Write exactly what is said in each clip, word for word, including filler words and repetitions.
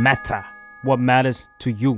matter what matters to you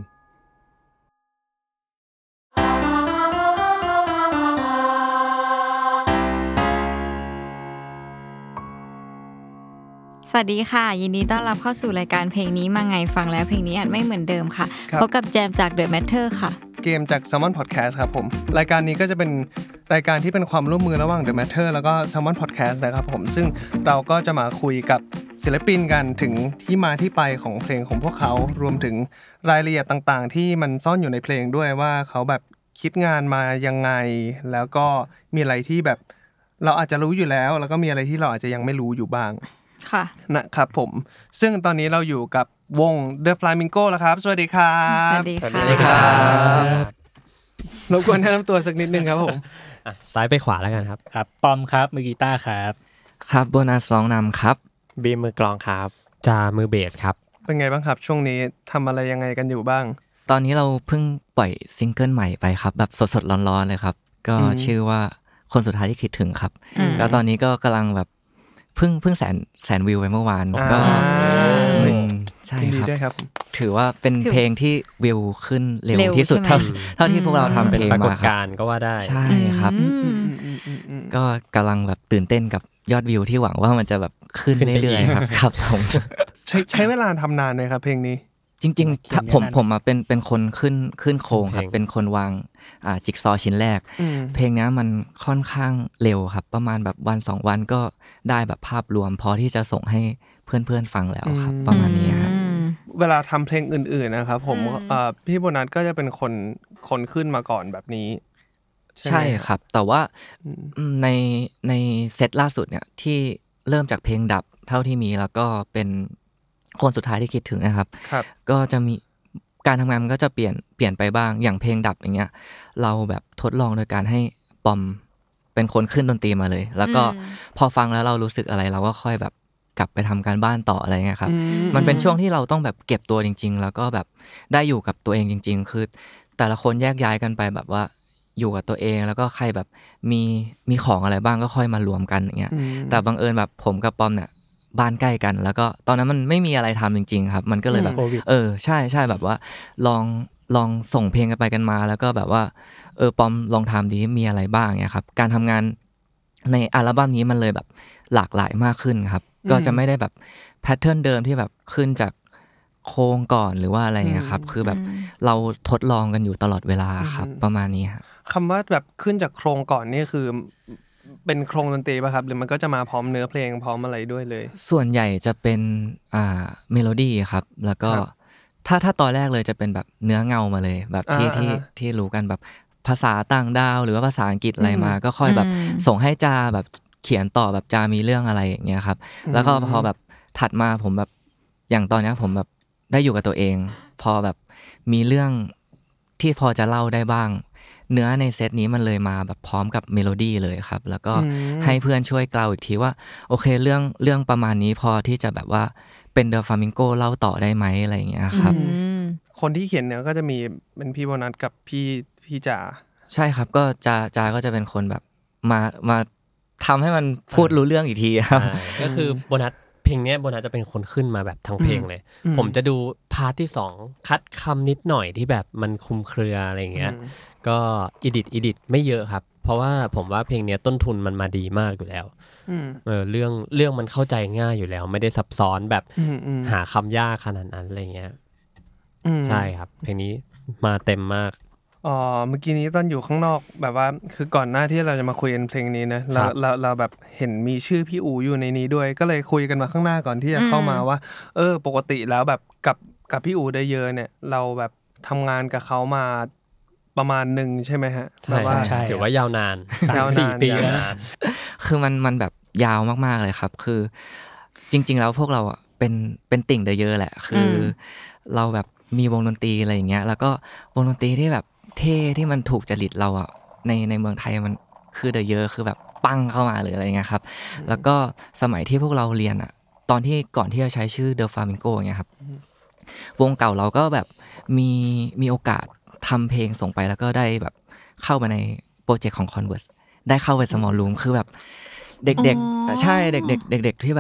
สวัสดีค่ะยินดีต้อนรับเข้าสู่รายการเพลงนี้มาไงฟังแล้วเพลงนี้อาจไม่เหมือนเดิมค่ะพบกับแจมจาก The Matter ค่ะเกมจาก Salmon Podcast ครับผมรายการนี้ก็จะเป็นรายการที่เป็นความร่วมมือระหว่าง The Matter แล้วก็ Salmon Podcast นะครับผมซึ่งเราก็จะมาคุยกับศิลปินกันถึงที่มาที่ไปของเพลงของพวกเขารวมถึงรายละเอียดต่างๆที่มันซ่อนอยู่ในเพลงด้วยว่าเขาแบบคิดงานมายังไงแล้วก็มีอะไรที่แบบเราอาจจะรู้อยู่แล้วแล้วก็มีอะไรที่เราอาจจะยังไม่รู้อยู่บ้างค่ะนะครับผมซึ่งตอนนี้เราอยู่กับวง The Flamingo แล้วครับสวัสดีครับสวัสดีครับรบกวนแนะนำตัวสักนิดนึงครับผมอ่ะซ้ายไปขวาแล้วกันครับครับปอมครับมือกีตาร์ครับครับโบนัสร้องนำครับบีมือกลองครับจามือเบสครับเป็นไงบ้างครับช่วงนี้ทำอะไรยังไงกันอยู่บ้างตอนนี้เราเพิ่งปล่อยซิงเกิลใหม่ไปครับแบบสดๆร้อนๆเลยครับก็ชื่อว่าคนสุดท้ายที่คิดถึงครับแล้วตอนนี้ก็กำลังแบบเพิ่งเพิ่งแสนแสนวิวไปเมื่อวานก็ใช่ครับถือว่าเป็นเพลงที่วิวขึ้นเร็วที่สุดเท่าเท่าที่พวกเราทำเพลงมาครับเป็นปรากฏการณ์ก็ว่าได้ใช่ครับก็กำลังแบบตื่นเต้นกับยอดวิวที่หวังว่ามันจะแบบขึ้นเรื่อยๆครับครับผมใช้ใช้เวลาทำนานเลยครับเพลงนี้จริงๆผมผมมาเป็นเป็นคนขึ้นขึ้นโครงครับเป็นคนวางอ่าจิ๊กซอว์ชิ้นแรกเพลงนี้มันค่อนข้างเร็วครับประมาณแบบวันสองวันก็ได้แบบภาพรวมพอที่จะส่งให้เพื่อนๆฟังแล้วครับประมาณนี้ครับเวลาทำเพลงอื่นๆนะครับผมอ่าพี่โบนัสก็จะเป็นคนคนขึ้นมาก่อนแบบนี้ใช่ครับแต่ว่าในในเซตล่าสุดเนี่ยที่เริ่มจากเพลงดับเท่าที่มีแล้วก็เป็นคนสุดท้ายที่คิดถึงนะครับก็จะมีการทำงานมันก็จะเปลี่ยนเปลี่ยนไปบ้างอย่างเพลงดับอย่างเงี้ยเราแบบทดลองโดยการให้ปอมเป็นคนขึ้นดนตรีมาเลยแล้วก็พอฟังแล้วเรารู้สึกอะไรเราก็ค่อยแบบกลับไปทำการบ้านต่ออะไรเงี้ยครับมันเป็นช่วงที่เราต้องแบบเก็บตัวจริงๆแล้วก็แบบได้อยู่กับตัวเองจริงๆคือแต่ละคนแยกย้ายกันไปแบบว่าอยู่กับตัวเองแล้วก็ใครแบบมีมีของอะไรบ้างก็ค่อยมารวมกันอย่างเงี้ยแต่บังเอิญแบบผมกับปอมเนี่ยบ้านใกล้กันแล้วก็ตอนนั้นมันไม่มีอะไรทำจริงๆครับมันก็เลยแบบเออใช่ใช่แบบว่าลองลองส่งเพลงกันไปกันมาแล้วก็แบบว่าเออปอมลองทำดีมีอะไรบ้างเนี่ยครับการทำงานในอัลบั้มนี้มันเลยแบบหลากหลายมากขึ้นครับก็จะไม่ได้แบบแพทเทิร์นเดิมที่แบบขึ้นจากโครงก่อนหรือว่าอะไรเงี้ยครับคือแบบเราทดลองกันอยู่ตลอดเวลาครับประมาณนี้ครับคำว่าแบบขึ้นจากโครงก่อนนี่คือเป็นโครงดนตรีป่ะครับหรือมันก็จะมาพร้อมเนื้อเพลงพร้อมอะไรด้วยเลยส่วนใหญ่จะเป็นอ่าเมโลดี้ครับแล้วก็ถ้าถ้าตอนแรกเลยจะเป็นแบบเนื้อเงามาเลยแบบที่ที่ที่รู้กันแบบภาษาต่างดาวหรือว่าภาษาอังกฤษอะไรมาก็ค่อยแบบส่งให้จาแบบเขียนต่อแบบจามีเรื่องอะไรอย่างเงี้ยครับแล้วก็พอแบบถัดมาผมแบบอย่างตอนนี้ผมแบบได้อยู่กับตัวเองพอแบบมีเรื่องที่พอจะเล่าได้บ้างเนื้อในเซตนี้มันเลยมาแบบพร้อมกับเมโลดี้เลยครับแล้วก็ให้เพื่อนช่วยเกลาอีกทีว่าโอเคเรื่องเรื่องประมาณนี้พอที่จะแบบว่าเป็นเดอะฟลามิงโกเล่าต่อได้ไหมอะไรอย่างเงี้ยครับคนที่เขียนเนี่ยก็จะมีเป็นพี่โบนัสกับพี่พี่จ๋าใช่ครับก็จาจาก็จะเป็นคนแบบมามาทำให้มันพูดรู้เรื่องอีกทีครับก็คือโบนัสเพลงนี้โบนัสจะเป็นคนขึ้นมาแบบทั้งเพลงเลยผมจะดูพาร์ทที่สองคัดคำนิดหน่อยที่แบบมันคลุมเครืออะไรอย่างเงี้ยก็อีดิทอีดิทไม่เยอะครับเพราะว่าผมว่าเพลงนี้ต้นทุนมันมาดีมากอยู่แล้วเออเรื่องเรื่องมันเข้าใจง่ายอยู่แล้วไม่ได้ซับซ้อนแบบหาคำยากขนาดนั้นอะไรเงี้ยใช่ครับเพลงนี้มาเต็มมากอ๋อเมื่อกี้นี้ตอนอยู่ข้างนอกแบบว่าคือก่อนหน้าที่เราจะมาคุยกันเพลงนี้นะเราเราเราแบบเห็นมีชื่อพี่อู๋อยู่ในนี้ด้วยก็เลยคุยกันมาข้างหน้าก่อนที่จะเข้ามาว่าเออปกติแล้วแบบกับกับพี่อู๋ได้เยอะเนี่ยเราแบบทำงานกับเขามาประมาณหนึ่งใช่ไหมฮะใช่ใช่ถือว่ายาวนานยาวนานปีแล้วคือมันมันแบบยาวมากๆเลยครับคือจริงๆแล้วพวกเราอ่ะเป็นเป็นติ่งเดอะเยอะแหละคือเราแบบมีวงดนตรีอะไรอย่างเงี้ยแล้วก็วงดนตรีที่แบบเท่ที่มันถูกจริตเราอ่ะในในเมืองไทยมันคือเดอะเยอะคือแบบปังเข้ามาเลยอะไรเงี้ยครับแล้วก็สมัยที่พวกเราเรียนอ่ะตอนที่ก่อนที่จะใช้ชื่อ The Flamingo อย่างเงี้ยครับวงเก่าเราก็แบบมีมีโอกาสทำเพลงส่งไปแล้วก็ได้แบบเข้ามาในโปรเจกต์ของ Converse ได้เข้าไป Small Room คือแบบเด็กๆใช่เด็กๆเด็กๆที่แบบ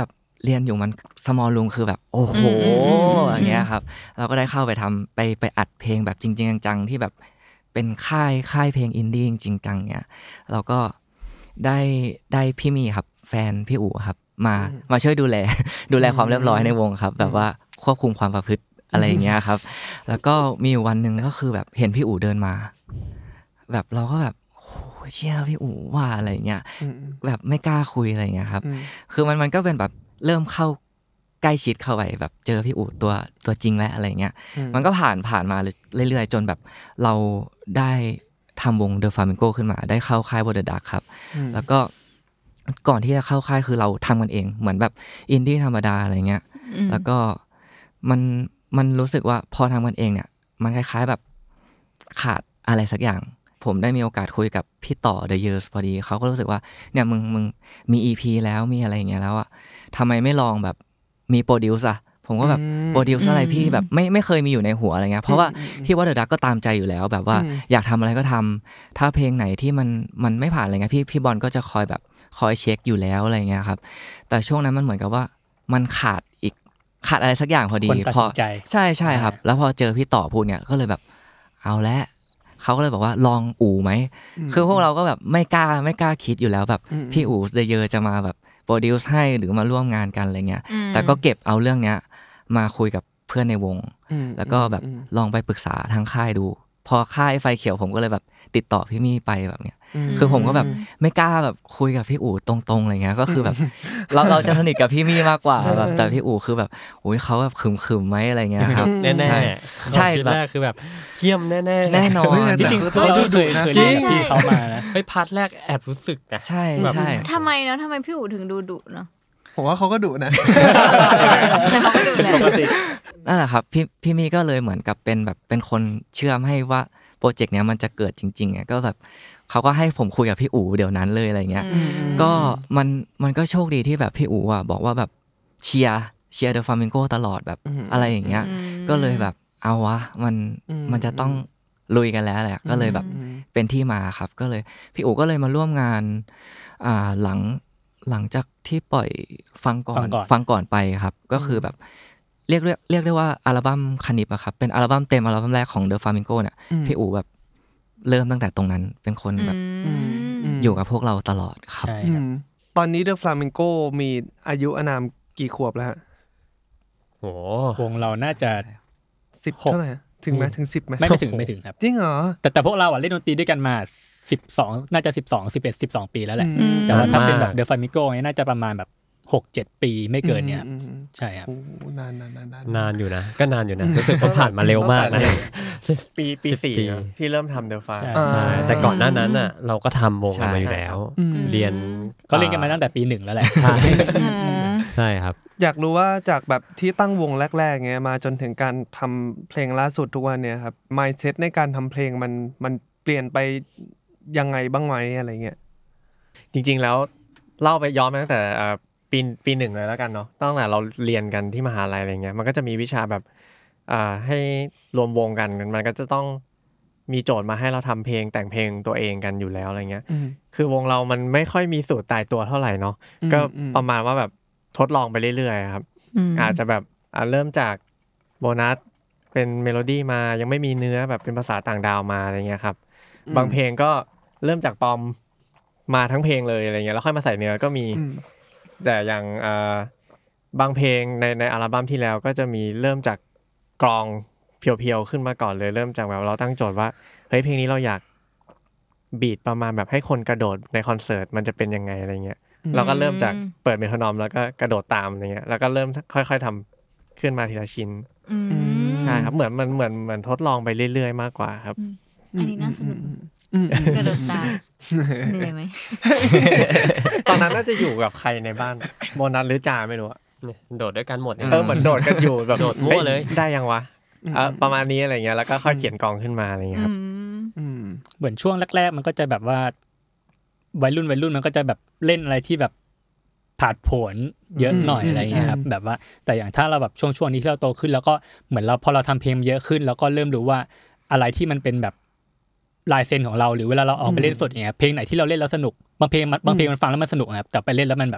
เรียนอยู่มัน small room คือแบบโอ้โหอย่างเงี้ยครับเราก็ได้เข้าไปทำไปไปอัดเพลงแบบจริงๆจังๆที่แบบเป็นค่ายค่ายเพลงอินดี้จริงๆจังเงี้ยเราก็ได้ได้พี่มีครับแฟนพี่อู๋ครับมามาช่วยดูแลดูแลความเรียบร้อยในวงครับแบบว่าควบคุมความประพฤติอะไรอย่างเงี้ยครับแล้วก็มีวันนึงก็คือแบบเห็นพี่อู๋เดินมาแบบเราก็แบบโอ้เชี่ยพี่อู๋ว่าอะไรเงี้ยแบบไม่กล้าคุยอะไรเงี้ยครับคือมันมันก็เป็นแบบเริ่มเข้าใกล้ชิดเข้าไปแบบเจอพี่อู๋ตัวตัวจริงแล้วอะไรเงี้ยมันก็ผ่านผ่านมาเรื่อยๆจนแบบเราได้ทำวง The Flamingo ขึ้นมาได้เข้าค่าย Water Dark ครับแล้วก็ก่อนที่จะเข้าค่ายคือเราทำกันเองเหมือนแบบอินดี้ธรรมดาอะไรเงี้ยแล้วก็มันมันรู้สึกว่าพอทำกันเองเนี่ยมันคล้ายๆแบบขาดอะไรสักอย่างผมได้มีโอกาสคุยกับพี่ต่อ The Years พอดีเขาก็รู้สึกว่าเนี่ยมึงมึงมี อี พี แล้วมีอะไรอย่างเงี้ยแล้วอ่ะทำไมไม่ลองแบบมีโปรดิวซ์อะผมก็แบบโปรดิวซ์อะไรพี่แบบไม่ไม่เคยมีอยู่ในหัวอะไรเงี้ยเพราะว่าที่ว่าเดอะดักก็ตามใจอยู่แล้วแบบว่าอยากทำอะไรก็ทำถ้าเพลงไหนที่มันมันไม่ผ่านอะไรเงี้ยพี่พี่บอลก็จะคอยแบบคอยเช็คอยู่แล้วอะไรเงี้ยครับแต่ช่วงนั้นมันเหมือนกับว่ามันขาดอีกขาดอะไรสักอย่างพอดีพอใช่ใช่ครับแล้วพอเจอพี่ต่อพูดเนี่ยก็เลยแบบเอาละเขาก็เลยบอกว่าลองอู่ไหมคือพวกเราก็แบบไม่กล้าไม่กล้าคิดอยู่แล้วแบบพี่อู๋เดอะเยอร์จะมาแบบโปรดิวซ์ให้หรือมาร่วมงานกันอะไรเงี้ยแต่ก็เก็บเอาเรื่องเนี้ยมาคุยกับเพื่อนในวงแล้วก็แบบลองไปปรึกษาทางค่ายดูพอค่ายไฟเขียวผมก็เลยแบบติดต่อพี่มี่ไปแบบเนี้ยคือผมก็แบบไม่กล้าแบบคุยกับพี่อู๋ตรงๆอะไรเงี้ยก็คือแบบเราเราจะสนิทกับพี่มี่มากกว่าแบบแต่พี่อู๋คือแบบโอ้ยเขาแบบขึมๆไหมอะไรเงี้ยครับแน่ๆใช่แรกคือแบบเยี่ยมแน่ๆแน่นอนจริงๆเขาดูดุนะจริงพี่เขามานะเฮ้ยพาร์ทแรกแอบรู้สึกนะใช่ใช่ทำไมเนาะทำไมพี่อู๋ถึงดูดุเนาะผมว่าเขาก็ดุนะแต่เขาก็ดุแหละปกตินั่นแหละครับพี่พี่มี่ก็เลยเหมือนกับเป็นแบบเป็นคนเชื่อมให้ว่าโปรเจกต์เนี้ยมันจะเกิดจริงๆอ่ะก็แบบเขาก็ให้ผมคุยกับพี่อู๋เดี๋ยวนั้นเลยอะไรเงี้ยก็มันมันก็โชคดีที่แบบพี่อู๋อ่ะบอกว่าแบบเชียร์เชียร์ The Flamingo ตลอดแบบอะไรอย่างเงี้ยก็เลยแบบเอาวะมันมันจะต้องลุยกันแล้วแหละก็เลยแบบเป็นที่มาครับก็เลยพี่อู๋ก็เลยมาร่วมงานอ่าหลังหลังจากที่ปล่อยฟังก่อนฟังก่อนไปครับก็คือแบบเรียกเรียกเรียกได้ว่าอัลบั้มคานิบอะครับเป็นอัลบั้มเต็มอัลบั้มแรกของ The Flamingo เนี่ยพี่อู๋แบบเริ่มตั้งแต่ตรงนั้นเป็นคนแบบอยู่กับพวกเราตลอดครับตอนนี้ The Flamingo มีอายุอานามกี่ขวบแล้วฮะโหวงเราน่าจะสิบเท่าไหร่ถึงไหมถึงสิบไหมไม่ถึงไม่ถึงครับจริงเหรอแต่แต่พวกเราอ่ะเล่นดนตรีด้วยกันมาสิบสองน่าจะสิบสอง สิบเอ็ด สิบสองปีแล้วแหละแต่ว่าถ้าเป็นแบบ The Flamingo เนี่ยน่าจะประมาณแบบหกเจ็ดปีไม่เกินเนี่ยใช่ครับนานๆๆๆนานอยู่นะก็นานอยู่นะรู้สึกว่าผ่านมาเร็วมากนะปีปีสี่ที่เริ่มทำ The Flamingo ใช่แต่ก่อนหน้านั้นน่ะเราก็ทำวงกันมาอยู่แล้วเรียนก็เล่นกันมาตั้งแต่ปีหนึ่งแล้วแหละใช่ใช่ครับอยากรู้ว่าจากแบบที่ตั้งวงแรกๆเงี้ยมาจนถึงการทำเพลงล่าสุดทุกวันเนี่ยครับ mindset ในการทำเพลงมันมันเปลี่ยนไปยังไงบ้างไหมอะไรเงี้ยจริงๆแล้วเล่าไปย้อนไปตั้งแต่ปีปีหนึ่งเลยแล้วกันเนาะตั้งแต่เราเรียนกันที่มหาลัยอะไรเงี้ยมันก็จะมีวิชาแบบอ่าให้รวมวงกันมันก็จะต้องมีโจทย์มาให้เราทำเพลงแต่งเพลงตัวเองกันอยู่แล้วอะไรเงี้ยคือวงเรามันไม่ค่อยมีสูตรตายตัวเท่าไหร่เนาะก็ประมาณว่าแบบทดลองไปเรื่อยๆครับอาจจะแบบอ่าเริ่มจากโบนัสเป็นเมโลดี้มายังไม่มีเนื้อแบบเป็นภาษาต่างดาวมาอะไรเงี้ยครับบางเพลงก็เริ่มจากปอมมาทั้งเพลงเลยอะไรเงี้ยแล้วค่อยมาใส่เนื้อก็มีแต่อย่างอ่าบางเพลงในในอัลบั้มที่แล้วก็จะมีเริ่มจากกลองเพียวๆขึ้นมาก่อนเลยเริ่มจากแบบเราตั้งโจทย์ว่าเฮ้ยเพลงนี้เราอยากบีทประมาณแบบให้คนกระโดดในคอนเสิร์ตมันจะเป็นยังไงอะไรเงี้ยเราก็เริ่มจากเปิดเมโทรนอมแล้วก็กระโดดตามอะไรเงี้ยแล้วก็เริ่มค่อยๆทำขึ้นมาทีละชิ้นใช่ครับเหมือนมันเหมือนเหมือนทดลองไปเรื่อยๆมากกว่าครับอันนี้น่าสนุกกระโดดตามเหนื่อยไหมตอนนั้นน่าจะอยู่กับใครในบ้านโบนัสหรือจ่าไม่รู้อะโดดด้วยกันหมดเออเหมือนโดดกันอยู่แบบโดดมั่วเลยได้ยังวะเออประมาณนี้อะไรเงี้ยแล้วก็ค่อยเขียนกลองขึ้นมาอะไรเงี้ยครับเหมือนช่วงแรกๆมันก็จะแบบว่าวัยรุ่นวัยรุ่นมันก็จะแบบเล่นอะไรที่แบบผาดโผนเยอะหน่อยอะไรเงี้ยครับแบบว่าแต่อย่างถ้าเราแบบช่วงช่วงนี้ที่เราโตขึ้นแล้วก็เหมือนเราพอเราทำเพลงเยอะขึ้นแล้วก็เริ่มรู้ว่าอะไรที่มันเป็นแบบลายเซ็นของเราหรือเวลาเราออกไปเล่นสดอย่างเงี้ยเพลงไหนที่เราเล่นแล้วสนุกบางเพลงบางเพลงมันฟังแล้วมันสนุกครับแต่ไปเล่นแล้วมันแบบ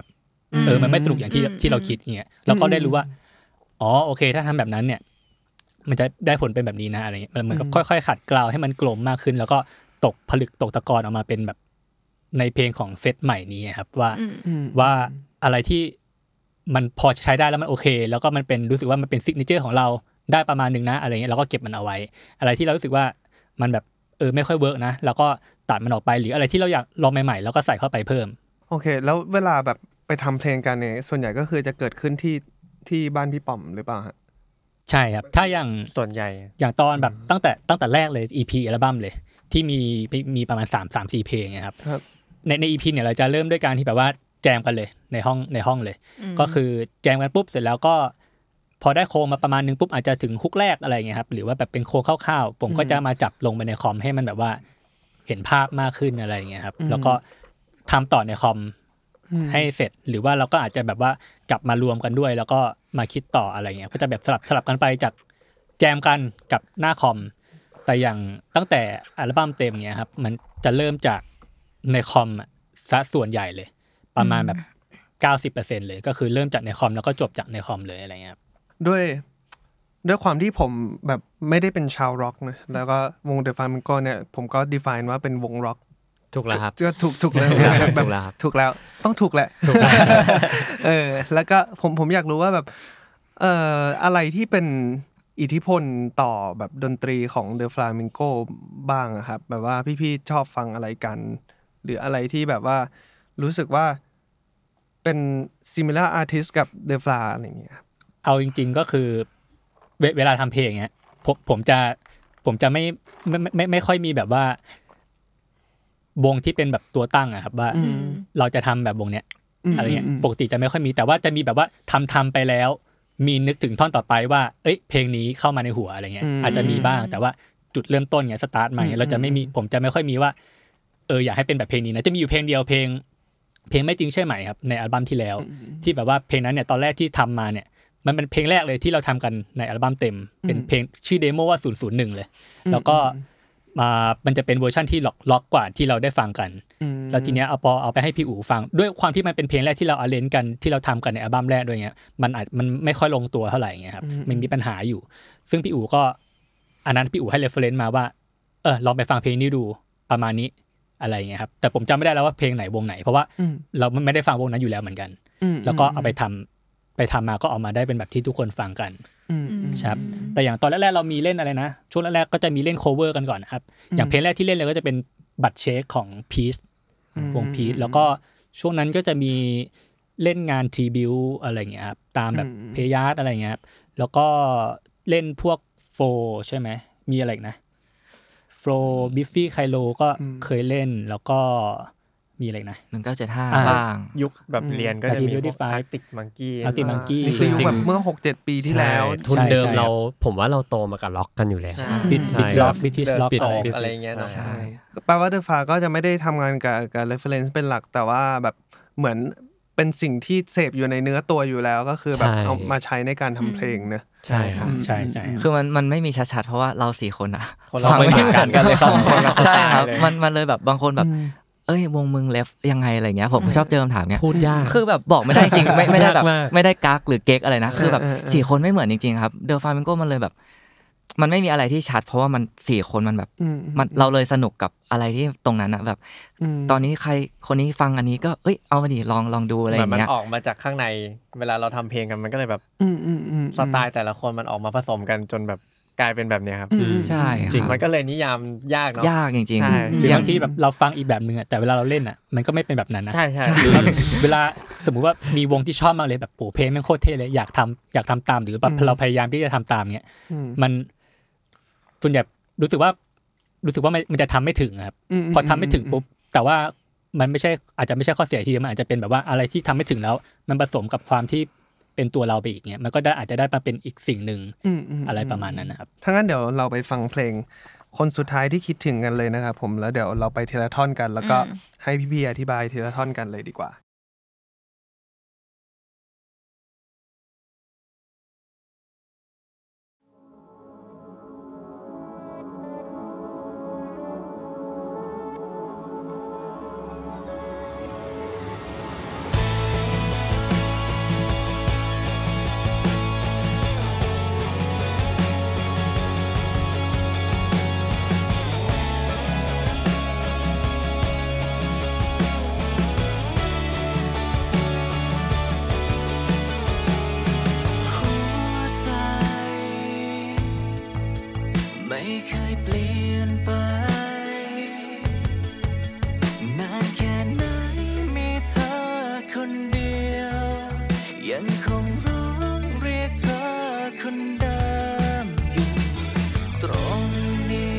เออมันไม่สนุกอย่างที่ที่เราคิดเงี้ยเราก็ได้รู้ว่าอ๋อโอเคถ้าทำแบบนั้นเนี่ยมันจะได้ผลเป็นแบบนี้นะอะไรเงี้ยมันก็ค่อยๆขัดเกลาให้มันกลมมากขึ้นแล้วก็ตกผลึกตกตะกอนออกมาเป็นแบบในเพลงของเซตใหม่นี้ครับว่าว่าอะไรที่มันพอใช้ได้แล้วมันโอเคแล้วก็มันเป็นรู้สึกว่ามันเป็นซิกเนเจอร์ของเราได้ประมาณนึงนะอะไรเงี้ยเราก็เก็บมันเอาไว้อะไรที่เรารู้สึกว่ามันแบบเออไม่ค่อยเวิร์กนะแล้วก็ตัดมันออกไปหรืออะไรที่เราอยากลองใหม่ๆแล้วก็ใส่เข้าไปเพิ่มโอเคแล้วเวลาแบบไปทำเพลงกันเนี่ยส่วนใหญ่ก็คือจะเกิดขึ้นที่ที่บ้านพี่ป๋อมหรือเปล่าฮะใช่ครับถ้าอย่างส่วนใหญ่อย่างตอนแบบตั้งแต่ตั้งแต่แรกเลย อี พี อัลบั้มเลยที่มีมีประมาณสาม สาม สี่เพลงนะครับในใน อี พี เนี่ยเราจะเริ่มด้วยการที่แบบว่าแจมกันเลยในห้องในห้องเลยก็คือแจมกันปุ๊บเสร็จแล้วก็พอได้โครงมาประมาณนึงปุ๊บอาจจะถึงฮุกแรกอะไรเงี้ยครับหรือว่าแบบเป็นโครงคร่าวๆผมก็จะมาจับลงไปในคอมให้มันแบบว่าเห็นภาพมากขึ้นอะไรเงี้ยครับแล้วก็ทำต่อในคอมให้เสร็จหรือว่าเราก็อาจจะแบบว่ากลับมารวมกันด้วยแล้วก็มาคิดต่ออะไรเงี้ยก็จะแบบสลับสลับกันไปจากแจมกันกับหน้าคอมแต่อย่างตั้งแต่อัลบั้มเต็มเงี้ยครับมันจะเริ่มจากในคอมซะส่วนใหญ่เลยประมาณแบบ เก้าสิบเปอร์เซ็นต์ เลยก็คือเริ่มจากในคอมแล้วก็จบจากในคอมเลยอะไรเงี้ยครับด้วยด้วยความที่ผมแบบไม่ได้เป็นชาวร็อกนะแล้วก็วง The Flamenco เนี่ยผมก็ define ว่าเป็นวงร็อกถูกแล้วครับก็ถูกถูกแล้วแบบถูกแล้วต้องถูกแหละถูกเออแล้วก็ผมผมอยากรู้ว่าแบบเอ่ออะไรที่เป็นอิทธิพลต่อแบบดนตรีของ The Flamenco บ้างครับแบบว่าพี่ๆชอบฟังอะไรกันหรืออะไรที่แบบว่ารู้สึกว่าเป็น similar artist กับ The Fla อะไรอย่างเงี้ยเอาจริงๆก็คือเวลาทำเพลงเงี้ยผมผมจะผมจะไม่ไม่ไม่ไม่ค่อยมีแบบว่าวงที่เป็นแบบตัวตั้งอะครับว่าเราจะทำแบบวงเนี้ยอะไรเงี้ยปกติจะไม่ค่อยมีแต่ว่าจะมีแบบว่าทำทำไปแล้วมีนึกถึงท่อนต่อไปว่าเอ้ยเพลงนี้เข้ามาในหัวอะไรเงี้ยอาจจะมีบ้างแต่ว่าจุดเริ่มต้นเงี้ยสตาร์ทมาเงี้ยเราจะไม่มีผมจะไม่ค่อยมีว่าเอออยากให้เป็นแบบเพลงนี้นะจะมีอยู่เพลงเดียวเพลงเพลงไม่จริงใช่ไหมครับในอัลบั้มที่แล้วที่แบบว่าเพลงนั้นเนี่ยตอนแรกที่ทำมาเนี่ยมันเป็นเพลงแรกเลยที่เราทำกันในอัลบั้มเต็มเป็นเพลงชื่อเดโมว่าศูนย์ ศูนย์ หนึ่งเลยแล้วก็มามันจะเป็นเวอร์ชั่นที่ล็อกล็อกกว่าที่เราได้ฟังกันแล้วทีเนี้ยเอาพอเอาไปให้พี่อู๋ฟังด้วยความที่มันเป็นเพลงแรกที่เราอาร์เรนจ์กันที่เราทำกันในอัลบั้มแรกด้วยเงี้ยมันอาจมันไม่ค่อยลงตัวเท่าไหร่เงี้ยครับมันมีปัญหาอยู่ซึ่งพี่อู๋ก็อันนั้นพี่อู๋ให้เรฟเฟอเรนซ์มาว่าเออลองไปฟังเพลงนี้ดูประมาณนี้อะไรเงี้ยครับแต่ผมจำไม่ได้แล้วว่าเพลงไหนวงไหนเพราะว่าเราไม่ได้ฟังวงนั้นอยู่แล้วเหมือนกันแล้วก็เอาไปทำไปทำมาก็ออกมาได้เป็นแบบที่ทุกคนฟังกันครับแต่อย่างตอนแรกๆเรามีเล่นอะไรนะช่วงแรกๆก็จะมีเล่น cover กันก่อนนะครับอย่างเพลงแรกที่เล่นเลยก็จะเป็นบัตรเช็คของ Peace วง Peace แล้วก็ช่วงนั้นก็จะมีเล่นงาน tribute อะไรเงี้ยครับตามแบบเพยาร์อะไรเงี้ยครับแล้วก็เล่นพวกโฟใช่ไหมมีอะไรนะโฟบิฟฟี่ไคโลก็เคยเล่นแล้วก็มีอะไรนะหนึ่งเก้าเจ็ดห้าบ้างยุคแบบเรียนก็จะมีพวก Arctic Monkey Arctic Monkey จริงๆแบบเมื่อ หกเจ็ด ปีที่แล้วทุนเดิมเราผมว่าเราโตมากับล็อกกันอยู่แล้วบิทล็อกบิทิชล็อกอะไรเงี้ยใช่แปลว่า The Fla ก็จะไม่ได้ทำงานกับกับ reference เป็นหลักแต่ว่าแบบเหมือนเป็นสิ่งที่เสพอยู่ในเนื้อตัวอยู่แล้วก็คือแบบเอามาใช้ในการทำเพลงเนอะใช่ครับใช่ใช่คือมันมันไม่มีชัดๆเพราะว่าเราสี่คนอะฟังไม่เหมือนกันกันเลยใช่ครับมันมันเลยแบบบางคนแบบเอ้ยวงมึงเลฟยังไงอะไรเงี้ยผมชอบเจอคำถามเงี้ยพูดยากคือแบบบอกไม่ได้จริงไม่ไม่ได้แบบไม่ได้กักหรือเก๊กอะไรนะคือแบบสี่คนไม่เหมือนจริงๆครับเดอะฟลาเมนโกมันเลยแบบมันไม่มีอะไรที่ชัดเพราะว่ามันสี่คนมันแบบมันเราเลยสนุกกับอะไรที่ตรงนั้นอะแบบตอนนี้ใครคนนี้ฟังอันนี้ก็เอ้ยเอามาดิลองลองดูอะไรอย่างเงี้ยมันออกมาจากข้างในเวลาเราทำเพลงกันมันก็เลยแบบสไตล์แต่ละคนมันออกมาผสมกันจนแบบกลายเป็นแบบเนี้ยครับใช่จริงมันก็เลยนิยามยากเนาะยากจริงๆหรือบางที่แบบเราฟังอีกแบบนึงอ่ะแต่เวลาเราเล่นอ่ะมันก็ไม่เป็นแบบนั้นนะใช่ใช่เวลาสมมุติว่ามีวงที่ชอบมากเลยแบบโหเพลงแม่งโคตรเท่เลยอยากทำอยากทำตามหรือแบบเราพยายามที่จะทำตามเงี้ยมันส่วนใหญ่รู้สึกว่ารู้สึกว่ามันจะทำไม่ถึงครับพอทำไม่ถึงปุ๊บแต่ว่ามันไม่ใช่อาจจะไม่ใช่ข้อเสียทีมันอาจจะเป็นแบบว่าอะไรที่ทำไม่ถึงแล้วมันผสมกับความที่เป็นตัวเราไปอีกเงี้ยมันก็ได้อาจจะได้มาเป็นอีกสิ่งหนึ่งอะไรประมาณนั้นนะครับถ้างั้นเดี๋ยวเราไปฟังเพลงคนสุดท้ายที่คิดถึงกันเลยนะครับผมแล้วเดี๋ยวเราไปทีละท่อนกันแล้วก็ให้พี่ๆอธิบายทีละท่อนกันเลยดีกว่าเคยเปลี่ยนไปนานแค่ไหนมีเธอคนเดียวยังคงร้องเรียกเธอคนเดิมอยู่ตรงนี้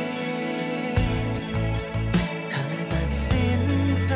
เธอตัดสินใจ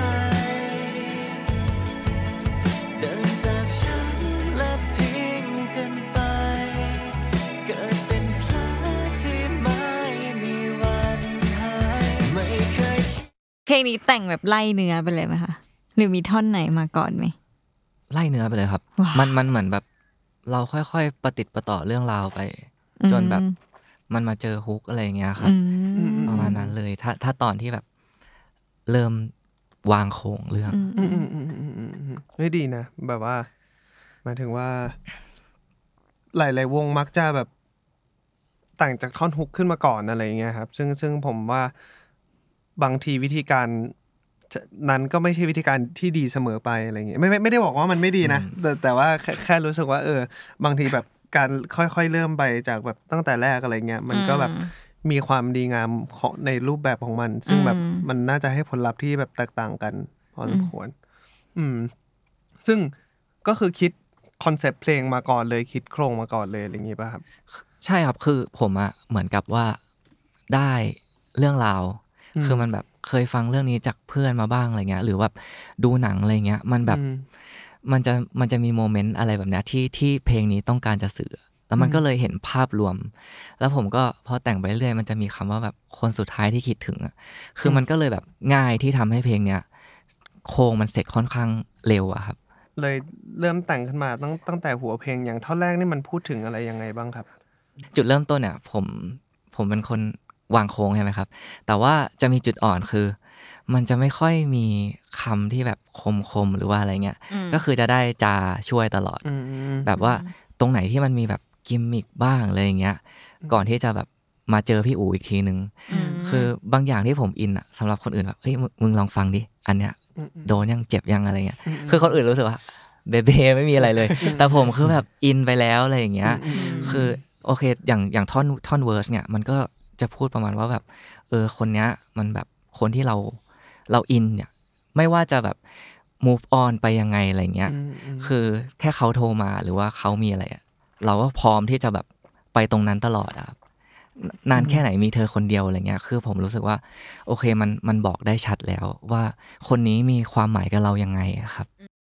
เดินจากฉันและทิ้งกันไปเกิดเป็นแผลที่ไม่มีวันหายไม่เคยเพลงนี้แต่งแบบไล่เนื้อไปเลยไหมคะหรือมีท่อนไหนมาก่อนไหมไล่เนื้อไปเลยครับมันมันเหมือนแบบเราค่อยๆประติดประต่อเรื่องราวไปจนแบบมันมาเจอฮุกอะไรอย่างเงี้ยครับประมาณนั้นเลยถ้าถ้าตอนที่แบบเริ่มวางโครงเรื่องเฮ้ยดีนะแบบว่าหมายถึงว่าหลายๆวงมักจะแบบแต่งจากท่อนฮุกขึ้นมาก่อนอะไรอย่างเงี้ยครับซึ่งซึ่งผมว่าบางทีวิธีการนั้นก็ไม่ใช่วิธีการที่ดีเสมอไปอะไรอย่างเงี้ยไม่ไม่ไม่ได้บอกว่ามันไม่ดีนะแต่แต่ว่าแค่แค่รู้สึกว่าเออบางทีแบบการค่อยๆเริ่มไปจากแบบตั้งแต่แรกอะไรเงี้ยมันก็แบบมีความดีงามของในรูปแบบของมันซึ่งแบบมันน่าจะให้ผลลัพธ์ที่แบบแตกต่างกันพอสมควรอืมซึ่งก็คือคิดคอนเซปต์เพลงมาก่อนเลยคิดโครงมาก่อนเลยอะไรอย่างงี้ป่ะครับใช่ครับคือผมอะเหมือนกับว่าได้เรื่องราวคือมันแบบเคยฟังเรื่องนี้จากเพื่อนมาบ้างอะไรเงี้ยหรือว่าดูหนังอะไรเงี้ยมันแบบมันจะมันจะมีโมเมนต์อะไรแบบเนี้ยที่ที่เพลงนี้ต้องการจะสื่อแล้วมันก็เลยเห็นภาพรวมแล้วผมก็พอแต่งไปเรื่อยมันจะมีคำว่าแบบคนสุดท้ายที่คิดถึงอ่ะคือมันก็เลยแบบง่ายที่ทำให้เพลงเนี้ยโครงมันเสร็จค่อนข้างเร็วอะครับเลยเริ่มแต่งขึ้นมาตั้งตั้งแต่หัวเพลงอย่างท่อนแรกนี่มันพูดถึงอะไรยังไงบ้างครับจุดเริ่มต้นเนี่ยผมผมเป็นคนวางโค้งใช่ไหมครับแต่ว่าจะมีจุดอ่อนคือมันจะไม่ค่อยมีคำที่แบบคมๆหรือว่าอะไรเงี้ยก็คือจะได้จาช่วยตลอดแบบว่าตรงไหนที่มันมีแบบกิมมิกบ้างอะไรอย่างเงี้ยก่อนที่จะแบบมาเจอพี่อู๋อีกทีนึงคือบางอย่างที่ผมอินอ่ะสำหรับคนอื่นแบบเฮ้ยมึงลองฟังดิอันเนี้ยโดนยังเจ็บยังอะไรเงี้ยคือคนอื่นรู้สึกว่าเบเบ้ไม่มีอะไรเลยแต่ผมคือแบบอินไปแล้วอะไรอย่างเงี้ยคือโอเคอย่างอย่างท่อนท่อนเวิร์สเนี่ยมันก็จะพูดประมาณว่าแบบเออคนเนี้ยมันแบบคนที่เราเราอินเนี่ยไม่ว่าจะแบบ move on ไปยังไงอะไรเงี้ยคือแค่เขาโทรมาหรือว่าเขามีอะไรเราก็พร้อมที่จะแบบไปตรงนั้นตลอดอ่ะนานแค่ไหนมีเธอคนเดียวอะไรเงี้ยคือผมรู้สึกว่าโอเคมันมันบอกได้ชัดแล้วว่าคนนี้มีความหมายกับเรายังไงครับ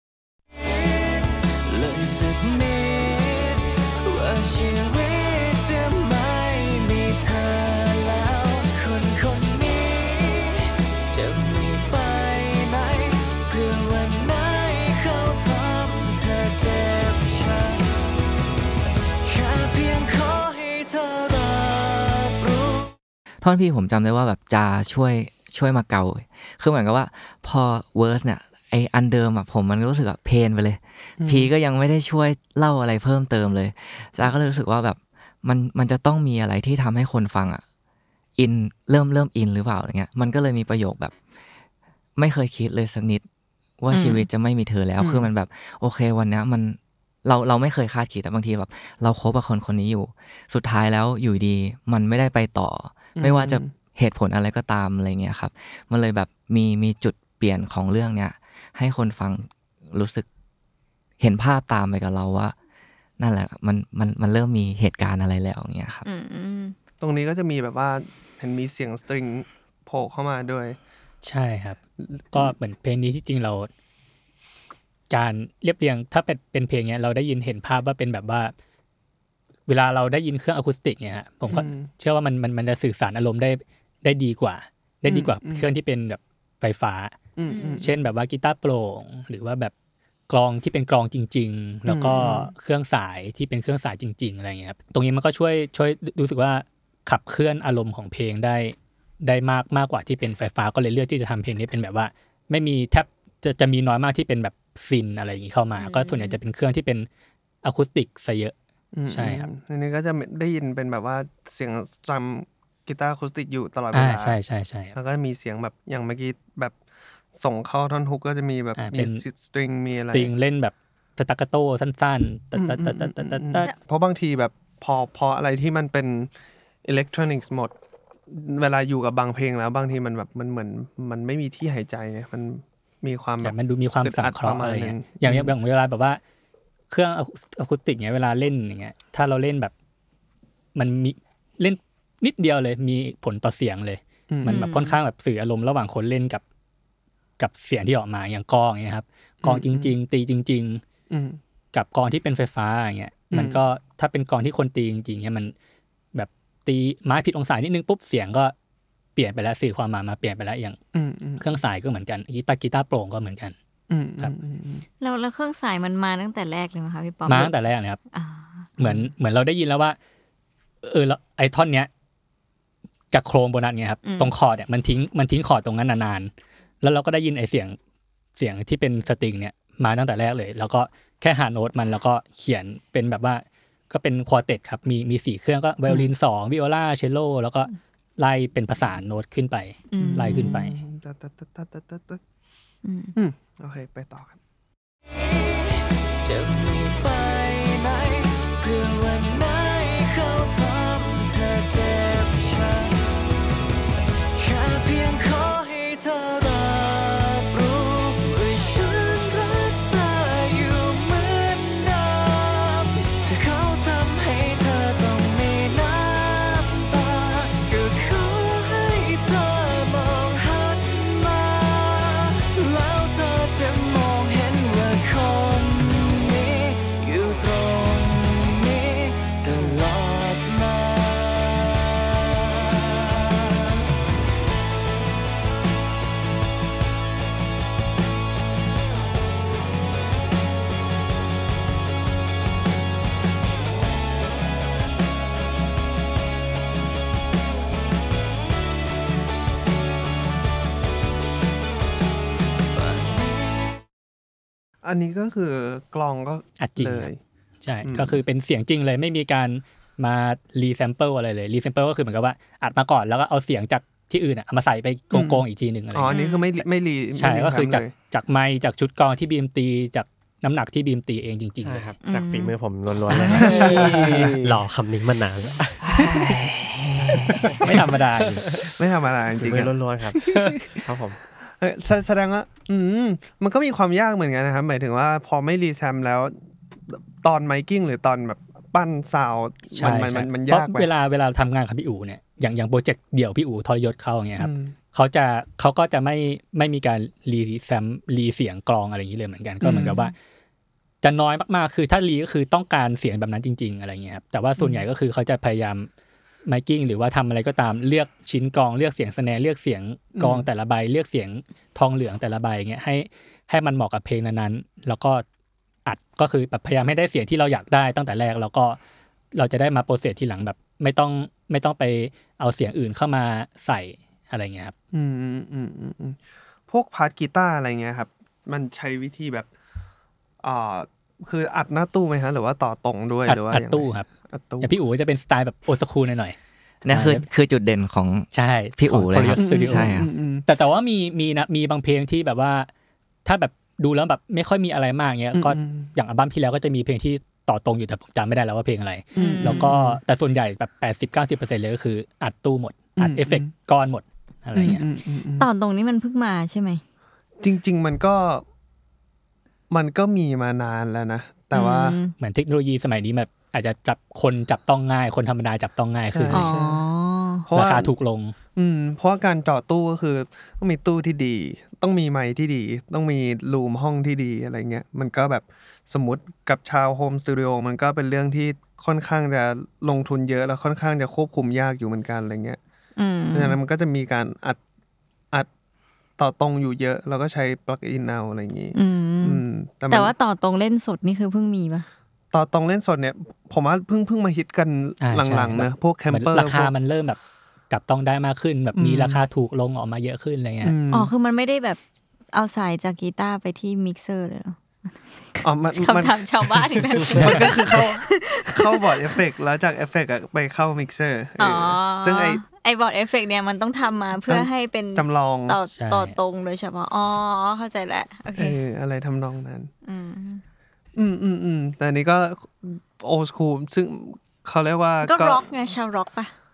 เลยสักนิดว่าชีวิตจะไม่มีเธอแล้วคนคนนี้จะไม่ไปไหนเพื่อวันไหนเขาทำเธอเจ็บช้ำแค่เพียงขอให้เธอรับรู้ท่อนพี่ผมจำได้ว่าแบบจะช่วยช่วยมาเกาคือเหมือนกับว่าพอเวิร์สเนี่ยไออันเดิมอ่ะผมมันรู้สึกแบบเพนไปเลยพีก็ยังไม่ได้ช่วยเล่าอะไรเพิ่มเติมเลยจ้าก็เลยรู้สึกว่าแบบมันมันจะต้องมีอะไรที่ทำให้คนฟังอ่ะอินเริ่มเริ่มอินหรือเปล่าอะไรเงี้ยมันก็เลยมีประโยคแบบไม่เคยคิดเลยสักนิดว่าชีวิตจะไม่มีเธอแล้วคือมันแบบโอเควันนี้มันเราเราไม่เคยคาดคิดแต่บางทีแบบเราคบกับคนคนนี้อยู่สุดท้ายแล้วอยู่ดีมันไม่ได้ไปต่อไม่ว่าจะเหตุผลอะไรก็ตามอะไรเงี้ยครับมันเลยแบบมีมีจุดเปลี่ยนของเรื่องเนี้ยให้คนฟังรู้สึกเห็นภาพตามไปกับเราว่านั่นแหละมันมันมันเริ่มมีเหตุการณ์อะไรแล้วอย่างเงี้ยครับตรงนี้ก็จะมีแบบว่าเห็นมีเสียงสตริงโผล่เข้ามาด้วยใช่ครับก็เหมือนเพลงนี้ที่จริงเราการเรียบเรียงถ้าเป็นเป็นเพลงเนี้ยเราได้ยินเห็นภาพว่าเป็นแบบว่าเวลาเราได้ยินเครื่องอะคูสติกเนี่ยฮะผมก็เชื่อว่ามันมันมันจะสื่อสารอารมณ์ได้ได้ดีกว่าได้ดีกว่าเครื่องที่เป็นแบบไฟฟ้าเช่นแบบว่ากีตาร์โปร่งหรือว่าแบบกลองที่เป็นกลองจริงๆแล้วก็เครื่องสายที่เป็นเครื่องสายจริงๆอะไรอย่างเงี้ยครับตรงนี้มันก็ช่วยช่วยรู้สึกว่าขับเคลื่อนอารมณ์ของเพลงได้ได้มากมากกว่าที่เป็นไฟฟ้าก็เลยเลือกที่จะทำเพลงนี้เป็นแบบว่าไม่มีแทบจะจะมีน้อยมากที่เป็นแบบซินอะไรอย่างงี้เข้ามาก็ส่วนใหญ่จะเป็นเครื่องที่เป็นอะคูสติกซะเยอะใช่ครับอันนี้ก็จะได้ยินเป็นแบบว่าเสียงสตรัมกีตาร์อะคูสติกอยู่ตลอดเวลาใช่ใช่ใช่แล้วก็มีเสียงแบบอย่างเมื่อกี้แบบส่งเข้าท่อนฮุกก็จะมีแบบมีสตริงมีอะไรสตริงเล่นแบบตะตะกะโต้สั้นๆตะตะตะตะตะตะเพราะบางทีแบบพอพออะไรที่มันเป็นอิเล็กทรอนิกส์หมดเวลาอยู่กับบางเพลงแล้วบางทีมันแบบมันเหมือนมันไม่มีที่หายใจไงมันมีความแบบมันดูมีความสังเคราะห์อะไรอย่างเงี้ยอย่างอย่างเวลาแบบว่าเครื่องอะคูสติกเงี้ยเวลาเล่นอย่างเงี้ยถ้าเราเล่นแบบมันมีเล่นนิดเดียวเลยมีผลต่อเสียงเลยมันแบบค่อนข้างแบบสื่ออารมณ์ระหว่างคนเล่นกับกับเสียงที่ออกมาอย่างกลองอย่างเงี้ยครับกลองจริงๆตีจริงๆกับกลองที่เป็นไฟฟ้าอย่างเงี้ยมันก็ถ้าเป็นกลองที่คนตีจริงๆเนี่ยมันแบบตีไม้ผิดองศานิดนึงปุ๊บเสียงก็เปลี่ยนไปแล้วสื่อความหมายมาเปลี่ยนไปแล้วอย่างเครื่องสายก็เหมือนกันกีตาร์กีตาร์โปร่งก็เหมือนกันครับแล้วแล้วเครื่องสายมันมาตั้งแต่แรกเลยมั้ยคะพี่ป๊อปมาตั้งแต่แรกเลยครับเหมือนเหมือนเราได้ยินแล้วว่าเออไอ้ท่อนเนี้ยจากโครงโบนัสเนี่ยครับตรงคอร์ดเนี่ยมันทิ้งมันทิ้งคอร์ดตรงนั้นนานๆแล้วเราก็ได้ยินไอ้เสียงเสียงที่เป็นสตริงเนี่ยมาตั้งแต่แรกเลยแล้วก็แค่หาโน้ตมันแล้วก็เขียนเป็นแบบว่าก็เป็นควอเต็ตครับมีมีสี่เครื่องก็ไวโอลินสองวิโอลาเชลโลแล้วก็ไล่เป็นภาษาโน้ตขึ้นไปไล่ขึ้นไปอืมโอเคไปต่อครับจะไม่ไปไหนเพื่อวันไหนเขาทำเธอเจ็บช้ำแค่เพียงขอให้เธอรับรู้ว่าฉันรักเธออยู่เหมือนเดิมถ้าเขาทำให้เธอต้องมีน้ำตาก็ขอให้เธอมองหันมาแล้วเธอจะมองเห็นว่าคนนี้อยู่ตรงนี้ตลอดมาอันนี้ก็คือกลองก็อัดจริงเลยใช่ก็คือเป็นเสียงจริงเลยไม่มีการมารีแซมเปิลอะไรเลยรีแซมเปิลก็คือเหมือนกับว่าอัดมาก่อนแล้วก็เอาเสียงจากที่อื่นอ่ะมาใส่ไปโกงๆอีกทีนึงอะไรอ๋ออันนี้คือไม่ไม่รีใช่ก็คือจากจากไมค์จากชุดกลองที่บีมตีจากน้ำหนักที่บีมตีเองจริงๆเลยครับจากฝีมือผมล้วนๆเลยหล่อคำนี้มานานแล้วไม่ธรรมดาไม่ธรรมดาจริงๆล้วนๆครับครับผมแสดงว่าอืมมันก็มีความยากเหมือนกันนะครับหมายถึงว่าพอไม่รีแซมแล้วตอนไมกิ้งหรือตอนแบบปั้นซาวด์มันมันมันยากไปเวลาเวลาทำงานกับพี่อู๋เนี่ยอย่างอย่างโปรเจกต์เดี่ยวพี่อู๋ทรยศเขาอย่างเงี้ยครับเขาจะเขาก็จะไม่ไม่มีการรีแซมรีเสียงกลองอะไรอย่างนี้เลยเหมือนกันก็เหมือนกับว่าจะน้อยมากๆคือถ้ารีก็คือต้องการเสียงแบบนั้นจริงๆอะไรเงี้ยครับแต่ว่าส่วนใหญ่ก็คือเขาจะพยายามไมกิ้งหรือว่าทำอะไรก็ตามเลือกชิ้นกลองเลือกเสียงสแนร์เลือกเสียงกลองแต่ละใบเลือกเสียงทองเหลืองแต่ละใบเงี้ยให้ให้มันเหมาะกับเพลงนั้นๆแล้วก็อัดก็คือแบบพยายามให้ได้เสียงที่เราอยากได้ตั้งแต่แรกแล้วก็เราจะได้มาโปรเซสทีหลังแบบไม่ต้องไม่ต้องไปเอาเสียงอื่นเข้ามาใส่อะไรเงี้ยครับอืมอืมอืมอืมพวกพาร์ทกีตาร์อะไรเงี้ยครับมันใช้วิธีแบบอ่าคืออัดหน้าตู้ไหมฮะหรือว่าต่อตรงด้วยหรือว่าอัดตู้ครับอย่างพี่อู๋จะเป็นสไตล์แบบโอสคูลหน่อยๆนี่คือคือจุดเด่นของใช่พี่อู๋เลยครับใช่ครับแต่แต่ว่ามีมีนะมีบางเพลงที่แบบว่าถ้าแบบดูแล้วแบบไม่ค่อยมีอะไรมากเงี้ยก็อย่างอัลบั้มที่แล้วก็จะมีเพลงที่ต่อตรงอยู่แต่ผมจำไม่ได้แล้วว่าเพลงอะไรแล้วก็แต่ส่วนใหญ่แบบ แปดสิบถึงเก้าสิบเปอร์เซ็นต์ เลยก็คืออัดตู้หมดอัดเอฟเฟคก้อนหมดอะไรเงี้ยต่อตรงนี้มันเพิ่งมาใช่ไหมจริงๆมันก็มันก็มีมานานแล้วนะแต่ว่าเหมือนเทคโนโลยีสมัยนี้แบบอาจจะจับคนจับต้องง่ายคนธรรมดาจับต้องง่ายขึ้นราคาถูกลงอืมเพราะว่าการเจาะตู้ก็คือต้องมีตู้ที่ดีต้องมีไมค์ที่ดีต้องมีรูมห้องที่ดีอะไรเงี้ยมันก็แบบสมมุติกับชาวโฮมสตูดิโอมันก็เป็นเรื่องที่ค่อนข้างจะลงทุนเยอะแล้วค่อนข้างจะควบคุมยากอยู่เหมือนกันอะไรเงี้ยเพราะฉะนั้นมันก็จะมีการอัดอัดต่อตรงอยู่เยอะแล้วก็ใช้ปลั๊กอินเอาอะไรอย่างงี้แต่ว่าต่อตรงเล่นสดนี่คือเพิ่งมีป่ะต่อตรงเล่นสดเนี่ยผมว่าเพิ่งเพิ่งมาฮิตกันหลังๆนะพวกแคมเปอร์ราคามันเริ่มแบบจับต้องได้มากขึ้นแบบมีราคาถูกลงออกมาเยอะขึ้นอะไรเงี้ยอ๋อคือมันไม่ได้แบบเอาสายจากกีตาร์ไปที่มิกเซอร์เลยเหรออ๋อมันคำถามชาวบ้านอีกแล้วมันก็คือเข้าเข้าบอร์ดเอฟเฟกต์แล้วจากเอฟเฟกต์ไปเข้ามิกเซอร์ซึ่งไอไอบอร์ดเอฟเฟกต์เนี่ยมันต้องทำมาเพื่อให้เป็นจำลองต่อต่อตรงโดยเฉพาะอ๋อเข้าใจแล้วโอเคอะไรทำนองนั้นอืมอืมอืมอืมแต่นี้ก็โอสคูลซึ่งเขาเรียกว่าก็ร็อกไงชาวร็อกป่ะ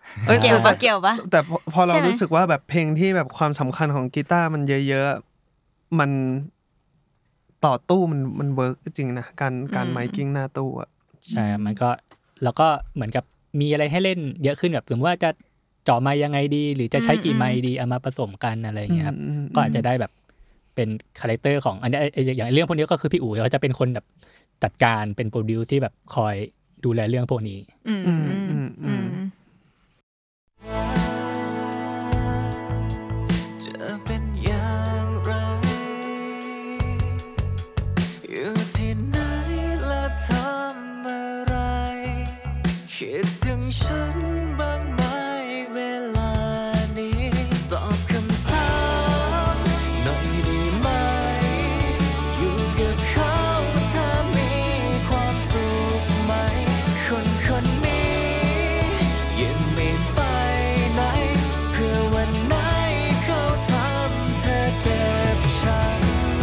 อ้ยเกี่ยวปะเกี่ยวปะแต่พอพอเราใช่ไหมรู้สึกว่าแบบเพลงที่แบบความสำคัญของกีตาร์มันเยอะๆมันต่อตู้มันมันเวิร์กจริงนะการการไมค์กิ้งหน้าตู้อ่ะใช่มันก็แล้วก็เหมือนกับมีอะไรให้เล่นเยอะขึ้นแบบสมมติว่าจะเจาะไมค์ยังไงดีหรือจะใช้กี่ไมค์ดีเอามาผสมกันอะไรอย่างเงี้ยครับก็อาจจะได้แบบเป็นคาแรคเตอร์ของอันนี้อย่างเรื่องพวกนี้ก็คือพี่อู๋เขาจะเป็นคนแบบจัดการเป็นโปรดิวซ์ที่แบบคอยดูแลเรื่องพวกนี้อืมอืมอืมอืมจะเป็นอย่างไรอยู่ที่ไหนและทำอะไรคิดถึงฉันบ้างไหมเวลานี้ตอบคำถามหน่อยได้ไหมอยู่กับเขาถ้ามีความสุขไหมคนคนนี้ยังไม่ไปไหนเพื่อวันไหนเขาทำเธอเจ็บช้ำ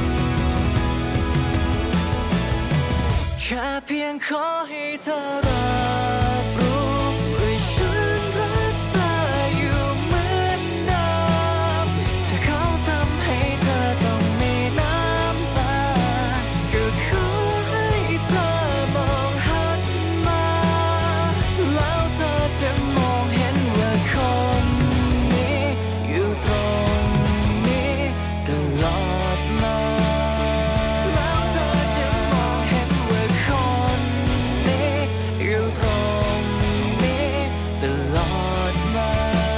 แค่เพียงขอให้เธอรับรู้ว่าฉันรักเธออยู่เหมือนเดิมถ้าเขาทำให้เธอต้องมีน้ำตาก็ขอให้เธอมองหันมาแล้วเธอจะมองเห็นว่าคนนี้อยู่ตรงนี้ตลอดมาแล้วเธอจะมองเห็นว่าคนนี้อยู่ตรงนี้ตลอดมา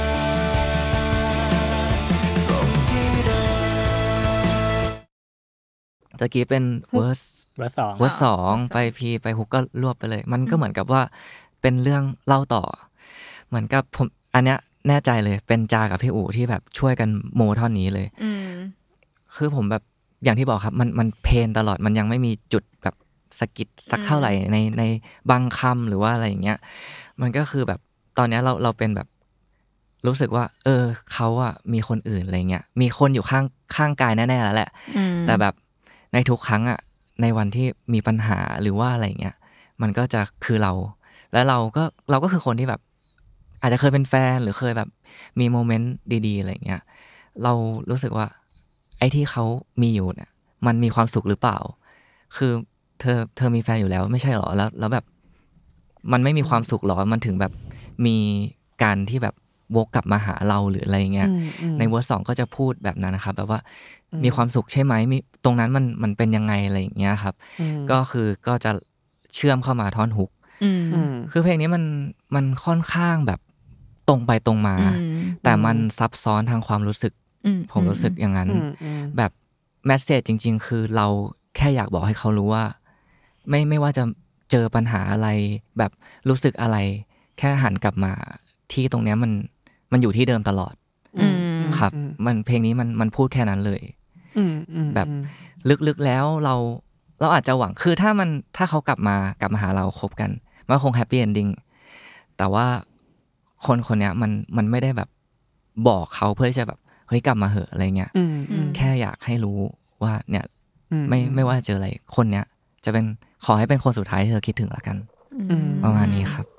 ตรงที่เดิมตะกี้เป็นเวอร์สเวอร์สองเวอร์สองไปพีไปฮุกก็รวบไปเลย มันก็เหมือนกับว่าเป็นเรื่องเล่าต่อ เหมือนกับผมอันเนี้ยแน่ใจเลยเป็นจากับพี่อู๋ที่แบบช่วยกันโมท่อนนี้เลยอืมคือผมแบบอย่างที่บอกครับมันมันเพนตลอดมันยังไม่มีจุดแบบสะกิดสักเท่าไหร่ในในบางคำหรือว่าอะไรอย่างเงี้ยมันก็คือแบบตอนเนี้ยเราเราเป็นแบบรู้สึกว่า เออเขาอะมีคนอื่นอะไรเงี้ยมีคนอยู่ข้างข้างกายแน่ๆแล้วแหละอืมแต่แบบในทุกครั้งอะในวันที่มีปัญหาหรือว่าอะไรเงี้ยมันก็จะคือเรา แล้วเราก็เราก็คือคนที่แบบ อาจจะเคยเป็นแฟนหรือเคยแบบมีโมเมนต์ดีๆอะไรเงี้ยเรารู้สึกว่า ไอ้ที่เขามีอยู่เนี่ยมันมีความสุขหรือเปล่า คือเธอเธอมีแฟนอยู่แล้วไม่ใช่หรอแล้วแล้วแบบมันไม่มีความสุขหรอมันถึงแบบมีการที่แบบวกกลับมาหาเราหรืออะไรเงี้ยในเวอร์สองก็จะพูดแบบนั้นนะครับแบบว่ามีความสุขใช่ไหมมีตรงนั้นมันมันเป็นยังไงอะไรอย่างเงี้ยครับก็คือก็จะเชื่อมเข้ามาท่อนฮุกอืมคือเพลงนี้มันมันค่อนข้างแบบตรงไปตรงมาอืมแต่มันซับซ้อนทางความรู้สึกอืมผมรู้สึกอย่างนั้น แบบแมสเสจจริง ๆ คือเราแค่อยากบอกให้เขารู้ว่า ไม่ไม่ว่าจะเจอปัญหาอะไร แบบรู้สึกอะไร แค่หันกลับมาที่ตรงเนี้ยมันมันอยู่ที่เดิมตลอดอืมครับ มันเพลงนี้มันมันพูดแค่นั้นเลย แบบลึกๆแล้วเราเราอาจจะหวังคือถ้ามันถ้าเขากลับมากลับมาหาเราคบกันมันคงแฮปปี้เอนดิ้งแต่ว่าคนคนนี้มันมันไม่ได้แบบบอกเขาเพื่อที่จะแบบเฮ้ยกลับมาเหอะอะไรเงี้ยแค่อยากให้รู้ว่าเนี่ยไม่ไม่ว่าเจออะไรคนเนี้ยจะเป็นขอให้เป็นคนสุดท้ายที่เธอคิดถึงละกันประมาณนี้ครับ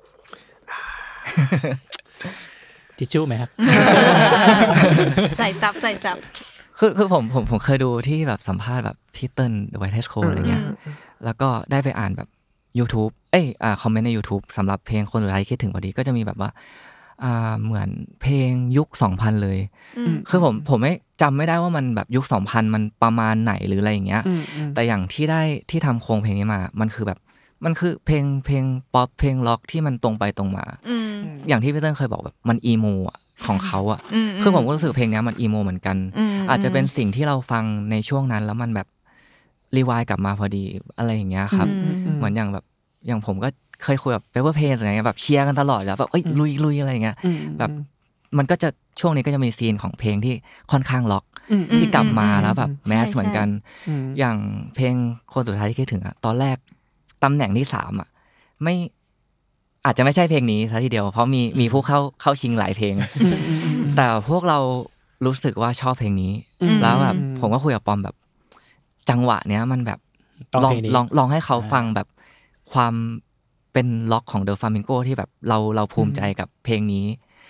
ทิชชู่ไหมครับใส่ซับใส่ซับคือคือผมผมผมเคยดูที่แบบสัมภาษณ์แบบพี่เติ้ลไวท์เทสโคอะไรเงี้ยแล้วก็ได้ไปอ่านแบบ YouTube เอ้ยอ่าคอมเมนต์ใน YouTube สำหรับเพลงคนสุดท้ายคิดถึงพอดีก็จะมีแบบว่าอ่าเหมือนเพลงยุคสองพันเลยคือผมผมไม่จำไม่ได้ว่ามันแบบยุคสองพันมันประมาณไหนหรืออะไรอย่างเงี้ยแต่อย่างที่ได้ที่ทำโครงเพลงนี้มามันคือแบบมันคือเพลงเพลงป๊อปเพลงล็อกที่มันตรงไปตรงมาอย่างที่พี่เติ้ลเคยบอกแบบมันอีโมอ่ะของเขาอ่ะคือผมก็รู้สึกเพลงนี้มันอีโมเหมือนกันอาจจะเป็นสิ่งที่เราฟังในช่วงนั้นแล้วมันแบบรีวายกลับมาพอดีอะไรอย่างเงี้ยครับเหมือนอย่างแบบอย่างผมก็เคยคุยกับเปเปอร์เพนอะไรเงี้ยแบบเชียร์กันตลอดแล้วแบบเอ้ยลุยลุยอะไรเงี้ยแบบมันก็จะช่วงนี้ก็จะมีซีนของเพลงที่ค่อนข้างล็อกที่กลับมาแล้วแบบแมสเหมือนกันอย่างเพลงคนสุดท้ายที่คิดถึงอ่ะตอนแรกตำแหน่งที่สามอ่ะไม่อาจจะไม่ใช่เพลงนี้ซะทีเดียวเพราะมีมีผู้เข้าเข้าชิงหลายเพลงแต่พวกเรารู้สึกว่าชอบเพลงนี้แล้วแบบผมก็คุยกับปอมแบบจังหวะเนี้ยมันแบบลองลองลองให้เขาฟังแบบความเป็นล็อกของเดอะฟลามิงโกที่แบบเราเราภูมิใจกับเพลงนี้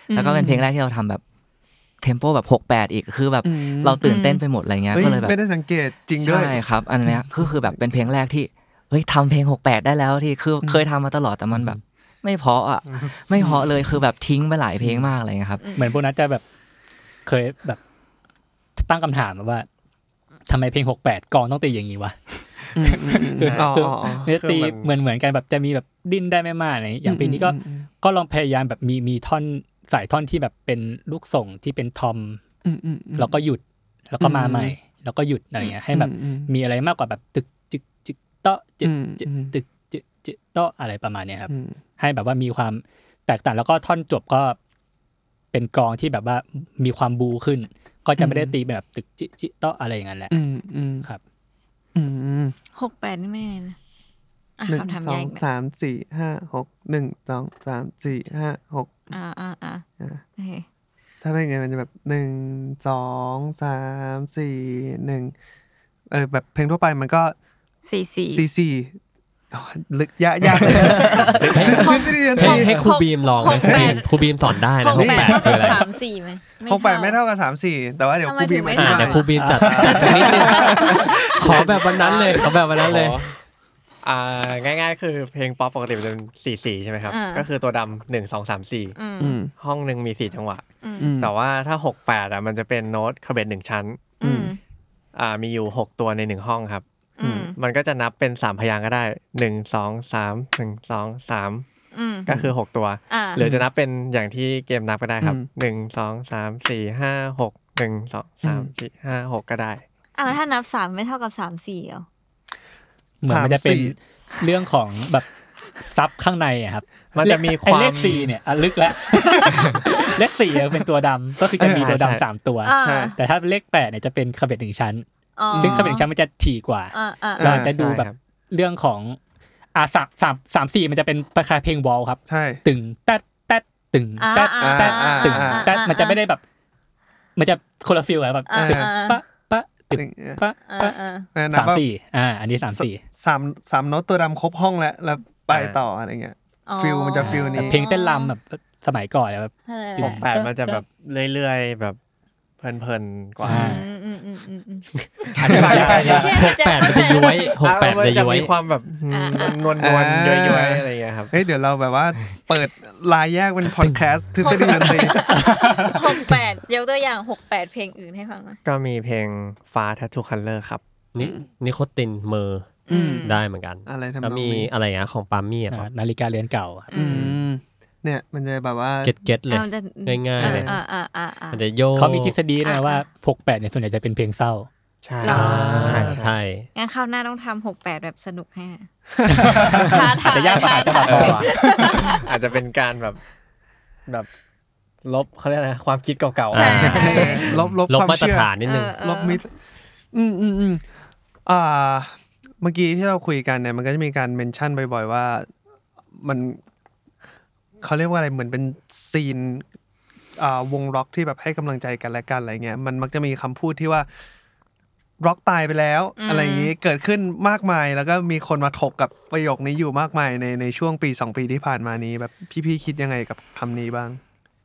แล้วก็เป็นเพลงแรกที่เราทำแบบเทมโปแบบหกแปดอีกคือแบบเราตื่นเต้นไปหมดอะไรเงี้ยก็เลยแบบไม่ได้สังเกตจริงด้วยใช่ครับอันเนี้ยก็คือแบบเป็นเพลงแรกที่เฮ้ยทำเพลงหกแปดได้แล้วที่คือเคยทำมาตลอดแต่มันแบบไม่เพาะอ่ะไม่เพาะเลยคือแบบทิ้งไปหลายเพลงมากอะไรเงี้ยครับเหมือนพวกนั้นจะแบบเคยแบบตั้งคำถามว่าทำไมเพลงหกแปดกองต้องตีอย่างนี้วะคือคือเนื้อตีเหมือนเหมือนกันแบบจะมีแบบดิ้นได้ไม่มากอะไรอย่างเพลงนี้ก็ก็ลองพยายามแบบมีมีท่อนสายท่อนที่แบบเป็นลูกส่งที่เป็นทอมแล้วก็หยุดแล้วก็มาใหม่แล้วก็หยุดอะไรเงี้ยให้แบบมีอะไรมากกว่าแบบตึกจึกจึกเตาะจึกจึกตึกจึกจึกเตาะอะไรประมาณเนี้ยครับให้แบบว่ามีความแตกต่างแล้วก็ท่อนจบก็เป็นกองที่แบบว่ามีความบูขึ้นก็จะไม่ได้ตีแบบตึกจิจิเตาะอะไรอย่างนั้นแหละครับหกแปดนี่ไม่ไงนะอ่ะหนึ่งคำถามสใหอญ่งสามสี่ห้าหกหนึ่งสองสามสี่ห้าหกอ่าอ่าอ่าโอเคถ้าเป็นไงมันจะแบบหนึ่งสองสามสี่หนึ่งเออแบบเพลงทั่วไปมันก็สี่สี่สี่สี่ลึกยากยากเลยให้ให้ครูบีมลองไหมครูบีมครูบีมสอนได้นะหกแปดคืออะไรสามสี่ไหมหกแปดไม่เท่ากับสามสี่แต่ว่าเดี๋ยวครูบีมมาเดี๋ยวครูบีมจัดจัดนิดนึงขอแบบวันนั้นเลยขอแบบวันนั้นเลยอ่าง่ายๆคือเพลงป๊อปปกติมันจะเป็นสี่สี่ใช่ไหมครับก็คือตัวดำหนึ่งสองสามสี่ห้องนึงมีสี่จังหวะแต่ว่าถ้าหกแปดอ่ะมันจะเป็นโน้ตคาเบตหนึ่งชั้นอ่ามีอยู่หกตัวในหนึ่งห้องครับมันก็จะนับเป็นสามพยางค์ก็ได้หนึ่ง สอง สาม หนึ่ง สอง สามก็คือหกตัวหรือจะนับเป็นอย่างที่เกมนับก็ได้ครับหนึ่ง สอง สาม สี่ ห้า หก หนึ่ง สอง สาม สี่ ห้า หกก็ได้อ่าถ้านับสามไม่เท่ากับสาม สี่เหรอเหมือนมันจะเป็นเรื่องของแบบซับข้างในอ่ะครับมันจะมีความเลขสี่เนี่ยอ่ะลึกแล้วเลขสี่เป็นตัวดำก็คือจะมีตัวดำสามตัวแต่ถ้าเลขแปดเนี่ยจะเป็นคาเบตหนึ่งชั้นซึ่งคาเบตหนึ่งชั้นมันจะถี่กว่าเราจะดูแบบเรื่องของอ่าสามสามสามสี่มันจะเป็นคล้ายๆเพลงวอลครับตึงแต๊ดแต๊ดตึงแต๊ดแต๊ดตึงแต๊ดมันจะไม่ได้แบบมันจะคนละฟีลแบบปะปะตึงปะปะสามสี่อ่าอันนี้สามสี่สามสามโน้ตตัวดำครบห้องแล้วแล้วไปต่ออะไรเงี้ยฟิลมันจะฟิลนี้เพลงเต้นรำแบบสมัยก่อนแบบหกแปดมันจะแบบเรื่อยๆแบบเพลินๆกว่าอธิบายได้หกแปดมันจะย้วยหกแปดมันจะย้วยมีความแบบนวลๆย้อยๆอะไรอย่างเงี้ยครับเฮ้ยเดี๋ยวเราแบบว่าเปิดรายแยกเป็นพอดแคสต์ทฤษฎีดนตรีหกแปดยกตัวอย่างหกแปดเพลงอื่นให้ฟังหน่อยก็มีเพลงฟ้า Tattoo Color ครับนี่นิโคตินเมอร์ได้เหมือนกันแล้วมีอะไรอ่ะของปามี่อ่ะนาฬิกาเรือนเก่าเนี่ยมันจะแบบว่าเก็ตๆเลยง่ายๆเลยมันจะโยกเขามีทฤษฎีนะว่าหกแปดเนี่ยส่วนใหญ่จะเป็นเพลงเศร้าใช่ใช่ใช่งั้นคราวหน้าต้องทำหกแปดแบบสนุกให้อาจจะยากกว่าอาจจะแบบอาจจะเป็นการแบบแบบลบเขาเรียกอะไรความคิดเก่าๆลบลบความเชื่อมาตรฐานนิดนึงลบมิตรอืมอืมอืมอ่าเมื่อกี้ที่เราคุยกันเนี่ยมันก็จะมีการเมนชั่นบ่อยๆว่ามันเขาเรียกว่าอะไรเหมือนเป็นซีนอ่าวงร็อกที่แบบให้กำลังใจกันและกันอะไรเงี้ยมันมักจะมีคำพูดที่ว่าร็อกตายไปแล้วอะไรอย่างงี้เกิดขึ้นมากมายแล้วก็มีคนมาถกกับประโยคนี้อยู่มากมายในในช่วงปีสองปีที่ผ่านมานี้แบบพี่ๆคิดยังไงกับคำนี้บ้าง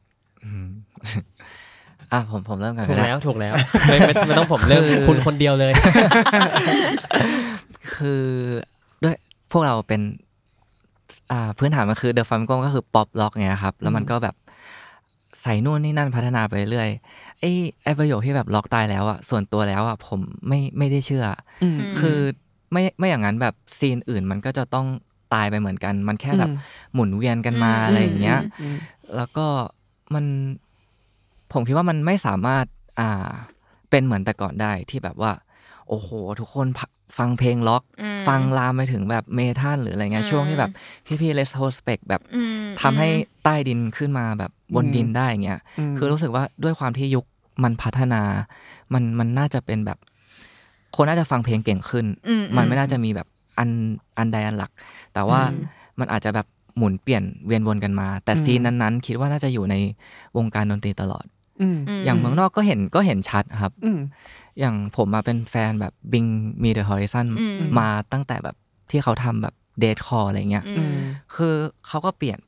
อ่ะผมผมเริ่มกันถูกแล้วถูกแล้วไม่ไม่ต้องผมเริ่มคุณคนเดียวเลยคือด้วยพวกเราเป็นอ่าพื้นฐานมันคือ The Flamingo ก็คือป๊อปร็อกไงครับแล้วมันก็แบบใส่นู่นนี่นั่นพัฒนาไปเรื่อยไอ้ไอ้ประโยคที่แบบล็อกตายแล้วอ่ะส่วนตัวแล้วอ่ะผมไม่ไม่ได้เชื่อคือไม่ไม่อย่างนั้นแบบซีนอื่นมันก็จะต้องตายไปเหมือนกันมันแค่แบบหมุนเวียนกันมาอะไรอย่างเงี้ยแล้วก็มันผมคิดว่ามันไม่สามารถอ่าเป็นเหมือนแต่ก่อนได้ที่แบบว่าโอ้โหทุกคนฟังเพลงล็อกฟังลามไปถึงแบบเมทัลหรืออะไรเงี้ยช่วงที่แบบพี่ๆ Let's Prospect แบบทำให้ใต้ดินขึ้นมาแบบบนดินได้เงี้ยคือรู้สึกว่าด้วยความที่ยุคมันพัฒนามันมันน่าจะเป็นแบบคนน่าจะฟังเพลงเก่งขึ้นมันไม่น่าจะมีแบบอันอันใดอันหลักแต่ว่ามันอาจจะแบบหมุนเปลี่ยนเวียนวนกันมาแต่ซีนนั้นๆคิดว่าน่าจะอยู่ในวงการดนตรีตลอดอย่างเมืองนอกก็เห็นก็เห็นชัดครับอย่างผมมาเป็นแฟนแบบ Bring Me The Horizon มาตั้งแต่แบบที่เขาทำแบบเดทคอร์อะไรเงี้ยคือเขาก็เปลี่ยนพัด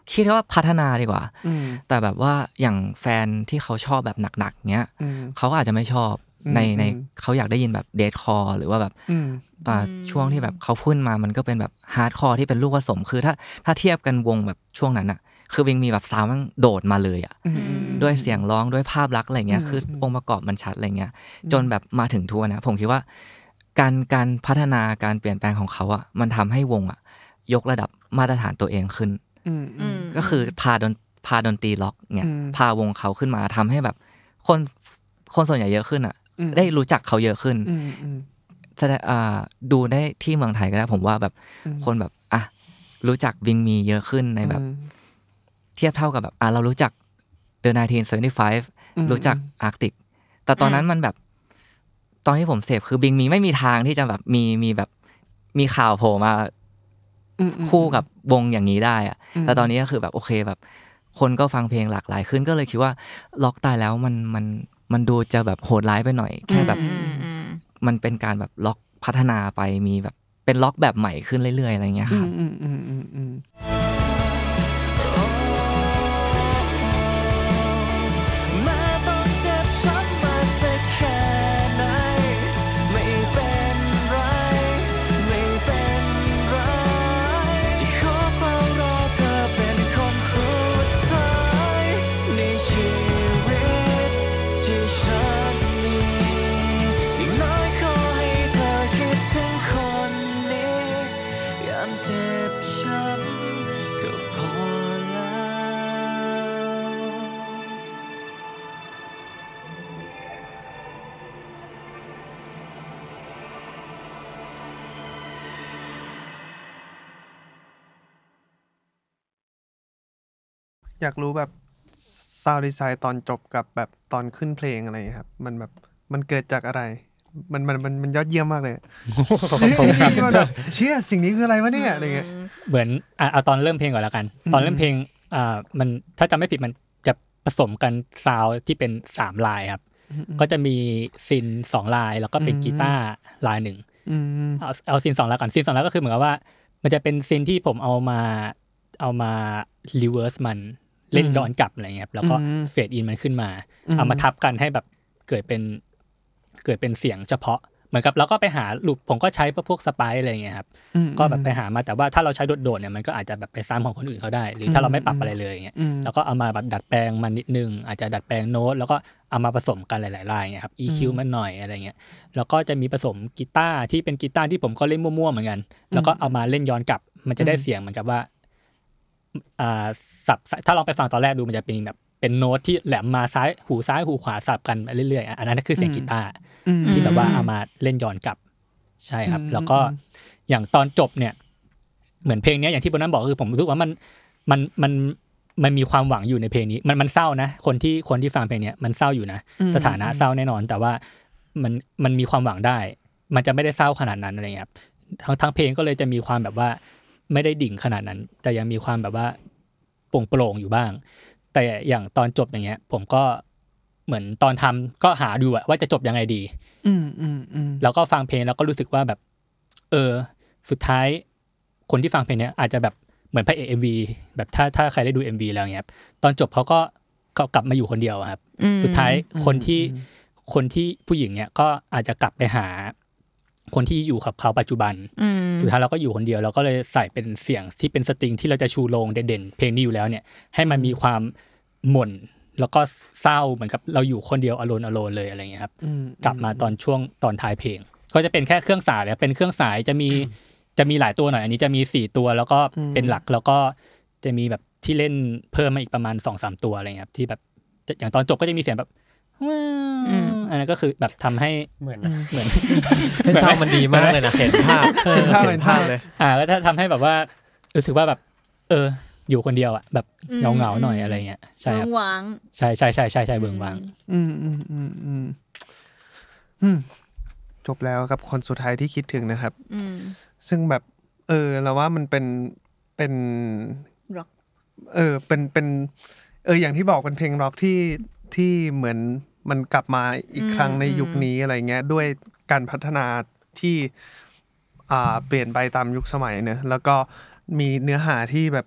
คิดว่าพัฒนาดีกว่าแต่แบบว่าอย่างแฟนที่เขาชอบแบบหนักๆเงี้ยเขาก็อาจจะไม่ชอบในในเขาอยากได้ยินแบบเดทคอร์หรือว่าแบบอ่าช่วงที่แบบเขาพุ่นมามันก็เป็นแบบฮาร์ดคอร์ที่เป็นลูกผสมคือถ้าถ้าเทียบกันวงแบบช่วงนั้นอ่ะคือวิงมีแบบซาวด์มันโดดมาเลยอ่ะด้วยเสียงร้องด้วยภาพลักษณ์อะไรเงี้ยคือองค์ประกอบมันชัดอะไรเงี้ยจนแบบมาถึงทุกวันนะผมคิดว่าการการพัฒนาการเปลี่ยนแปลงของเขาอ่ะมันทำให้วงอ่ะยกระดับมาตรฐานตัวเองขึ้นก็คือพาดนพาดนตรีล็อกเนี่ยพาวงเขาขึ้นมาทำให้แบบคนคนส่วนใหญ่เยอะขึ้นอ่ะได้รู้จักเขาเยอะขึ้นแสดงอ่าดูได้ที่เมืองไทยก็ได้ผมว่าแบบคนแบบอ่ะรู้จักวิงมีเยอะขึ้นในแบบเทียบเท่ากับแบบอ่ะเรารู้จัก The หนึ่งพันเก้าร้อยเจ็ดสิบห้ารู้จัก Arctic แต่ตอนนั้นมันแบบตอนที่ผมเสพคือวิงมีไม่มีทางที่จะแบบมีมีแบบมีข่าวโผล่มาคู่กับวงอย่างนี้ได้อ่ะแต่ตอนนี้ก็คือแบบโอเคแบบคนก็ฟังเพลงหลากหลายขึ้นก็เลยคิดว่าล็อกตายแล้วมันมันมันดูจะแบบโหดร้ายไปหน่อยแค่แบบมันเป็นการแบบล็อกพัฒนาไปมีแบบเป็นล็อกแบบใหม่ขึ้นเรื่อยๆอะไรเงี้ยครับอยากรู้แบบซาวด์ดีไซน์ตอนจบกับแบบตอนขึ้นเพลงอะไรครับมันแบบมันเกิดจากอะไรมันมันมันมันยอดเยี่ยมมากเลยมันแบบเชื่อสิ่งนี้คืออะไรวะเนี่ยอะไรเงี้ยเหมือนอ่ะเอาตอนเริ่มเพลงก่อนแล้วกันตอนเริ่มเพลงอ่ามันถ้าจำไม่ผิดมันจะผสมกันซาวด์ที่เป็นสามลายครับก็จะมีซินสองลายแล้วก็เป็นกีตาร์ลายหนึ่งเอาเอาซินสองลายก่อนซินสองลายก็คือเหมือนกับว่ามันจะเป็นซินที่ผมเอามาเอามารีเวิร์สมันเล่นย้อนกลับอะไรเงี้ยแล้วก็เฟดอินมันขึ้นมาเอามาทับกันให้แบบเกิดเป็นเกิดเป็นเสียงเฉพาะเหมือนกับเราก็ไปหาลูปผมก็ใช้พวกสไปซ์อะไรเงี้ยครับก็แบบไปหามาแต่ว่าถ้าเราใช้โดดๆเนี่ยมันก็อาจจะแบบไปซ้ำของคนอื่นเขาได้หรือถ้าเราไม่ปรับอะไรเลยเงี้ยแล้วก็เอามาแบบดัดแปลงมันนิดนึงอาจจะดัดแปลงโน้ตแล้วก็เอามาผสมกันหลายๆลายเงี้ยครับ อี คิว มันหน่อยอะไรเงี้ยแล้วก็จะมีผสมกีตาร์ที่เป็นกีตาร์ที่ผมก็เล่นมั่วๆเหมือนกันแล้วก็เอามาเล่นย้อนกลับมันจะได้เสียงเหมือนกับว่าอ่าสับถ้าลองไปฟังตอนแรกดูมันจะเป็นแบบเป็นโน้ตที่แหลมมาซ้ายหูซ้ายหูขวาสับกันเรื่อยๆอันนั้นคือเสียงกีตาร์ที่แบบว่าเอามาเล่นย้อนกลับใช่ครับแล้วก็อย่างตอนจบเนี่ยเหมือนเพลงนี้อย่างที่โบนัสบอกคือผมรู้สึกว่ามันมันมันมันมีความหวังอยู่ในเพลงนี้มันมันเศร้านะคนที่คนที่ฟังเพลงนี้มันเศร้าอยู่นะสถานะเศร้าแน่นอนแต่ว่ามันมันมีความหวังได้มันจะไม่ได้เศร้าขนาดนั้นอะไรเงี้ยครับทั้งทั้งเพลงก็เลยจะมีความแบบว่าไม่ได้ดิ่งขนาดนั้นแต่ยังมีความแบบว่าโปร่งๆอยู่บ้างแต่อย่างตอนจบอย่างเงี้ยผมก็เหมือนตอนทำก็หาดูว่าจะจบยังไงดีอืมอืมอืมแล้วก็ฟังเพลงแล้วก็รู้สึกว่าแบบเออสุดท้ายคนที่ฟังเพลงเนี้ยอาจจะแบบเหมือนพระเอก เอ็ม วี แบบถ้าถ้าใครได้ดู เอ็ม วี แล้วเงี้ยตอนจบเขาก็เขากลับมาอยู่คนเดียวครับสุดท้ายคนที่คนที่ผู้หญิงเนี้ยก็อาจจะกลับไปหาคนที่อยู่กับเขาปัจจุบันสุดท้ายเราก็อยู่คนเดียวเราก็เลยใส่เป็นเสียงที่เป็นสตริงที่เราจะชูโรงเด่นๆเพลงนี้อยู่แล้วเนี่ยให้มันมีความหม่นแล้วก็เศร้าเหมือนกับเราอยู่คนเดียวอโลนอโลนเลยอะไรเงี้ยครับกลับมาตอนช่วงตอนท้ายเพลงก็จะเป็นแค่เครื่องสายแล้วเป็นเครื่องสายจะมีจะมีหลายตัวหน่อยอันนี้จะมีสี่ตัวแล้วก็เป็นหลักแล้วก็จะมีแบบที่เล่นเพิ่มมาอีกประมาณ สองสาม ตัวอะไรเงี้ยครับที่แบบอย่างตอนจบก็จะมีเสียงแบบอันนั้นก็คือแบบทำให้เหมือนเหมือนเศร้ามันดีมากเลยนะเห็นภาพเห็นภาพเห็นภาพเลยอ่าก็ถ้าทำให้แบบว่ารู้สึกว่าแบบเอออยู่คนเดียวอ่ะแบบเงาเงาหน่อยอะไรเงี้ยใช่ครับเบิ่งวางใช่ใช่ใช่ใช่ใช่เบิ่งวางอืมอืมอืมอืมอืมจบแล้วกับคนสุดท้ายที่คิดถึงนะครับซึ่งแบบเออเราว่ามันเป็นเป็นร็อกเออเป็นเป็นเอออย่างที่บอกเป็นเพลงร็อกที่ที่เหมือนมันกลับมาอีกครั้งในยุคนี้อะไรเงี้ยด้วยการพัฒนาที่อ่าเปลี่ยนไปตามยุคสมัยเนอะแล้วก็มีเนื้อหาที่แบบ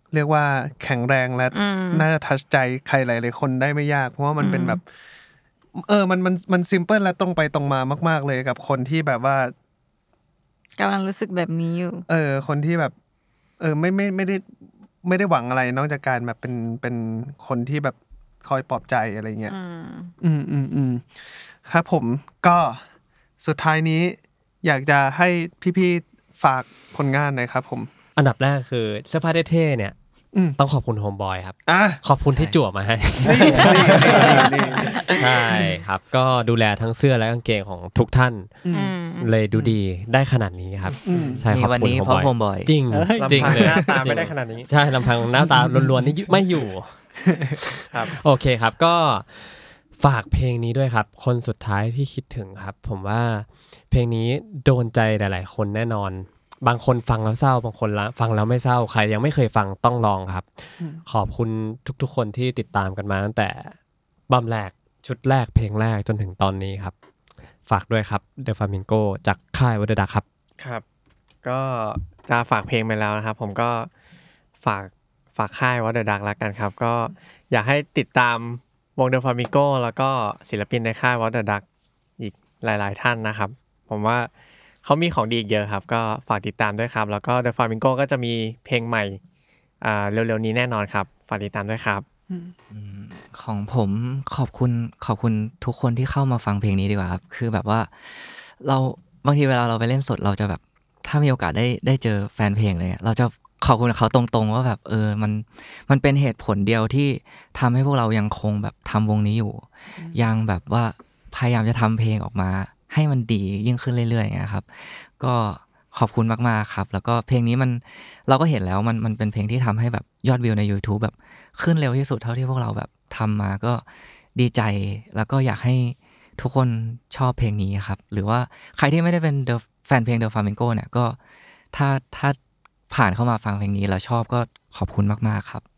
เรียกว่าแข็งแรงและน่าจะทัชใจใครหลายๆคนได้ไม่ยากเพราะว่ามันเป็นแบบเออมันมันมันซิมเปิลและตรงไปตรงมามากๆเลยกับคนที่แบบว่ากำลังรู้สึกแบบนี้อยู่เออคนที่แบบเออไม่ไม่ไม่ได้ไม่ได้หวังอะไรนอกจากการแบบเป็นเป็นคนที่แบบคอยปลอบใจอะไรเงี้ยอืมอืมอืมครับผมก็สุดท้ายนี้อยากจะให้พี่ๆฝากผลงานหน่อยครับผมอันดับแรกคือเสื้อผ้าเท่ๆเนี่ยต้องขอบคุณโฮมบอยครับขอบคุณที่จั่วมาให้ใช่ครับก็ดูแลทั้งเสื้อและกางเกงของทุกท่านเลยดูดีได้ขนาดนี้ครับใช่ขอบคุณโฮมบอยจริงจริงเลยหน้าตาไม่ได้ขนาดนี้ใช่ลำพังหน้าตาล้วนๆนี่ไม่อยู่ครับโอเคครับก็ฝากเพลงนี้ด้วยครับคนสุดท้ายที่คิดถึงครับผมว่าเพลงนี้โดนใจหลายๆคนแน่นอนบางคนฟังแล้วเศร้าบางคนฟังแล้วไม่เศร้าใครยังไม่เคยฟังต้องลองครับขอบคุณทุกๆคนที่ติดตามกันมาตั้งแต่บัมแรกชุดแรกเพลงแรกจนถึงตอนนี้ครับฝากด้วยครับ The Flamingo จากค่าย What the Duck ครับครับก็จะฝากเพลงไปแล้วนะครับผมก็ฝากฝากค่าย What the Duck ละกันครับก็อยากให้ติดตามวง The Flamingo แล้วก็ศิลปินในค่าย What the Duck อีกหลายๆท่านนะครับผมว่าเขามีของดีอีกเยอะครับก็ฝากติดตามด้วยครับแล้วก็ The Flamingo ก็จะมีเพลงใหม่อ่าเร็วๆนี้แน่นอนครับฝากติดตามด้วยครับของผมขอบคุณขอบคุณทุกคนที่เข้ามาฟังเพลงนี้ดีกว่าครับคือแบบว่าเราบางทีเวลาเราไปเล่นสดเราจะแบบถ้ามีโอกาสได้ได้เจอแฟนเพลงเลยเราจะขอบคุณเขาตรงๆว่าแบบเออมันมันเป็นเหตุผลเดียวที่ทำให้พวกเรายังคงแบบทำวงนี้อยู่ยังแบบว่าพยายามจะทำเพลงออกมาให้มันดียิ่งขึ้นเรื่อยๆอย่างเงี้ยครับก็ขอบคุณมากๆครับแล้วก็เพลงนี้มันเราก็เห็นแล้วมันมันเป็นเพลงที่ทำให้แบบยอดวิวใน YouTube แบบขึ้นเร็วที่สุดเท่าที่พวกเราแบบทำมาก็ดีใจแล้วก็อยากให้ทุกคนชอบเพลงนี้ครับหรือว่าใครที่ไม่ได้เป็นแฟนเพลง The Flamingo เนี่ยก็ถ้าถ้าผ่านเข้ามาฟังเพลงนี้แล้วชอบก็ขอบคุณมากๆครับ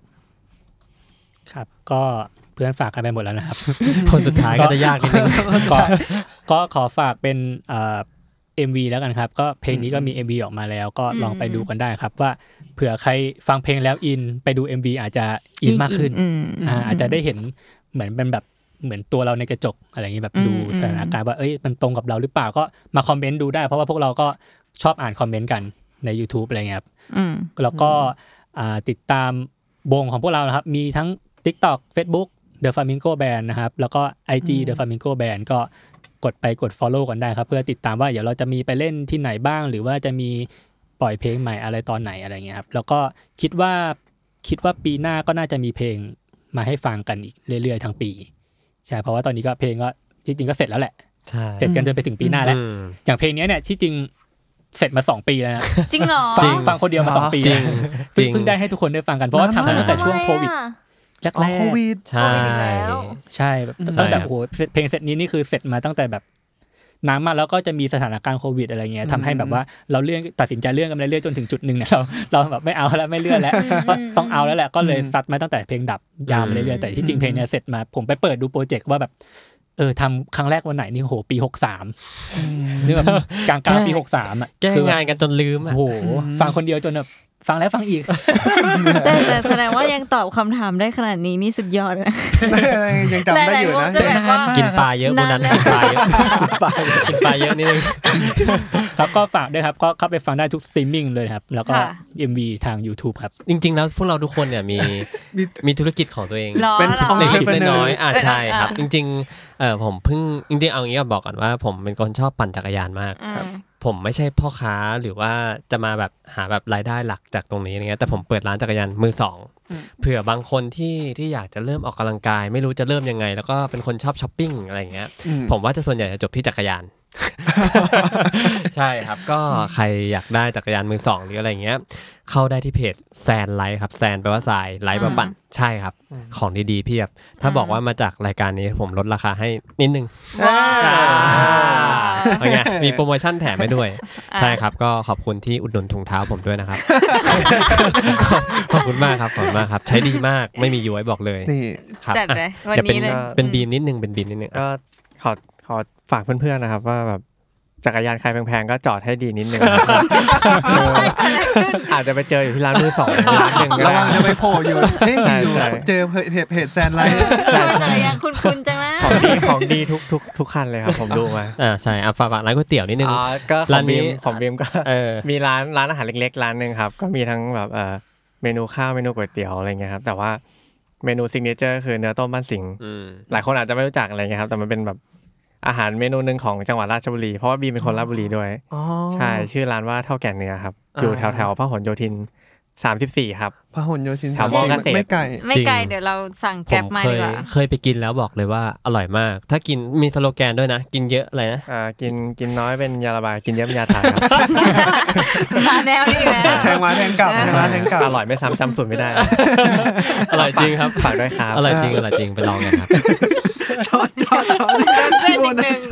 ครับก็เพื่อนฝากกันไปหมดแล้วนะครับคนสุดท้ายก็จะยากนิดนึงก็ก็ขอฝากเป็นเอ่อ เอ็ม วี แล้วกันครับก็เพลงนี้ก็มี เอ็ม วี ออกมาแล้วก็ลองไปดูกันได้ครับว่าเผื่อใครฟังเพลงแล้วอินไปดู เอ็ม วี อาจจะอินมากขึ้นอ่าอาจจะได้เห็นเหมือนเป็นแบบเหมือนตัวเราในกระจกอะไรอย่างนี้แบบดูสถานการณ์ว่าเอ้ยมันตรงกับเราหรือเปล่าก็มาคอมเมนต์ดูได้เพราะว่าพวกเราก็ชอบอ่านคอมเมนต์กันใน YouTube อะไรเงี้ยครับแล้วก็ติดตามวงของพวกเรานะครับมีทั้ง TikTok Facebook The Flamingo Band นะครับแล้วก็ ไอ จี The Flamingo Band ก็กดไปกด follow กันได้ครับเพื่อติดตามว่าเดี๋ยวเราจะมีไปเล่นที่ไหนบ้างหรือว่าจะมีปล่อยเพลงใหม่อะไรตอนไหนอะไรเงี้ยครับแล้วก็คิดว่าคิดว่าปีหน้าก็น่าจะมีเพลงมาให้ฟังกันอีกเรื่อยๆทั้งปีใช่เพราะว่าตอนนี้ก็เพลงก็จริงๆก็เสร็จแล้วแหละเสร็จกันจนไปถึงปีหน้าแล้วอย่างเพลงนี้เนี่ยที่จริงเสร็จมาสองปีแล้วนะจริงเหรอฟังฟังคนเดียวมาสองปีจริงเพิ่งได้ให้ทุกคนได้ฟังกันเพราะว่าทำตั้งแต่ช่วงโควิดแรกๆโควิดใช่ใช่แบบตั้งแต่โอ้โหเพลงเสร็จนี้นี่คือเสร็จมาตั้งแต่แบบน้ำมาแล้วก็จะมีสถานการณ์โควิดอะไรเงี้ยทำให้แบบว่าเราเลื่อนตัดสินใจเลื่อนกันไปเรื่อยจนถึงจุดนึงเนี่ยเราเราแบบไม่เอาแล้วไม่เลื่อนแล้วก็ต้องเอาแล้วแหละก็เลยซัดมาตั้งแต่เพลงดับยาวมาเรื่อยๆแต่ที่จริงเพลงเนี้ยเสร็จมาผมไปเปิดดูโปรเจกต์ว่าแบบเออทำครั้งแรกวันไหนนี่โหปีหกสามนี่แบบกลางกลางปีหกสามอ่ะแก้งานกันจนลืมอ่ะโหฟังคนเดียวจนแบบฟังแล้วฟังอีกแต่แต่แสดงว่ายังตอบคำถามได้ขนาดนี้นี่สุดยอดนะยังจำได้อยู่นะกินปลาเยอะบุญนั้นกินปลาเยอะกินปลากินปลาเยอะนิดนึงครับก็ฝากด้วยครับก็เข้าไปฟังได้ทุกสตรีมมิ่งเลยครับแล้วก็ เอ็ม วี ทาง YouTube ครับจริงๆแล้วพวกเราทุกคนเนี่ยมีมีธุรกิจของตัวเองเป็นเล็กๆน้อยๆอ่ะใช่ครับจริงๆเออผมเพิ่งจริงๆเอางี้ก็บอกก่อนว่าผมเป็นคนชอบปั่นจักรยานมากผมไม่ใช่พ่อค้าหรือว่าจะมาแบบหาแบบรายได้หลักจากตรงนี้อย่างเงี้ยแต่ผมเปิดร้านจักรยานมือสองเผื่อบางคนที่ที่อยากจะเริ่มออกกำลังกายไม่รู้จะเริ่มยังไงแล้วก็เป็นคนชอบช้อปปิ้งอะไรอย่างเงี้ยผมว่าจะส่วนใหญ่จะจบที่จักรยานใช่ครับก็ใครอยากได้จักรยานมือสองหรืออะไรเงี้ยเข้าได้ที่เพจแซนไลท์ครับแซนแปลว่าทรายไลท์ปั่นใช่ครับของดีๆเพียบถ้าบอกว่ามาจากรายการนี้ผมลดราคาให้นิดนึงอะไรเงี้ยมีโปรโมชั่นแถมให้ด้วยใช่ครับก็ขอบคุณที่อุดหนุนถุงเท้าผมด้วยนะครับขอบคุณมากครับขอบคุณมากครับใช้ดีมากไม่มีย้อยบอกเลยนี่ครับจัดเลยวันนี้เลยเป็นบีมนิดนึงเป็นบีมนิดนึงก็ขอขอฝากเพื่อนๆนะครับว่าแบบจักรยานใครแพงๆก็จอดให้ดีนิดนึงอาจจะไปเจออยู่ที่ร้านมือสองร้านนึงก็ระวังจะไปโผล่อยู่เฮ้ยอยู่ใช่เจอเพจเพจแซนไลท์จักรยานคุณๆจังนะของดีของดีทุกทุกทุกคันเลยครับผมดูมาอ่าใช่อ่ะฝากร้านก๋วยเตี๋ยวนิดนึงอ๋อก็ขร้าอน งนี้บีมของบีมก็เออมีร้านร้านอาหารเล็กๆร้านนึงครับก็มีทั้งแบบเอ่อเมนูข้าวเมนูก๋วยเตี๋ยวอะไรเงี้ยครับแต่ว่าเมนูซิกเนเจอร์คือเนื้อต้มบ้านสิงห์อืมหลายคนอาจจะไม่รู้จักอะไรเงี้ยครับแต่มันเป็นแบบอาหารเมนูนึงของจังหวัดราชบุรีเพราะว่าบีมเป็นคนราชบุรีด้วยอ๋อใช่ชื่อร้านว่าเท่าแก่เนื้อครับอยู่แถวแถวพหลโยธินสามสิบสี่ครับพหลโยธินแถวมอเกษตรไม่ไกลไม่ไกลเดี๋ยวเราสั่งผแก๊ปมมาเคดียกว่าเคยไปกินแล้วบอกเลยว่าอร่อยมาก ถ้ากินมีสโลแกนด้วยนะ กินเยอะอะไรนะอ่ากินกินน้อยเป็นยาระบายกินเยอะเป็นยาถ่ายครับมาแนวนี้นะแทงมาแทงกลับแทงมาแทงกลับอร่อยไม่ซ้ำจำสูตรไม่ได้อร่อยจริงครับฝากด้วยครับอร่อยจริงอร่อยจริงไปลองกันครับชอบชอบชอบเส้นนิดนึง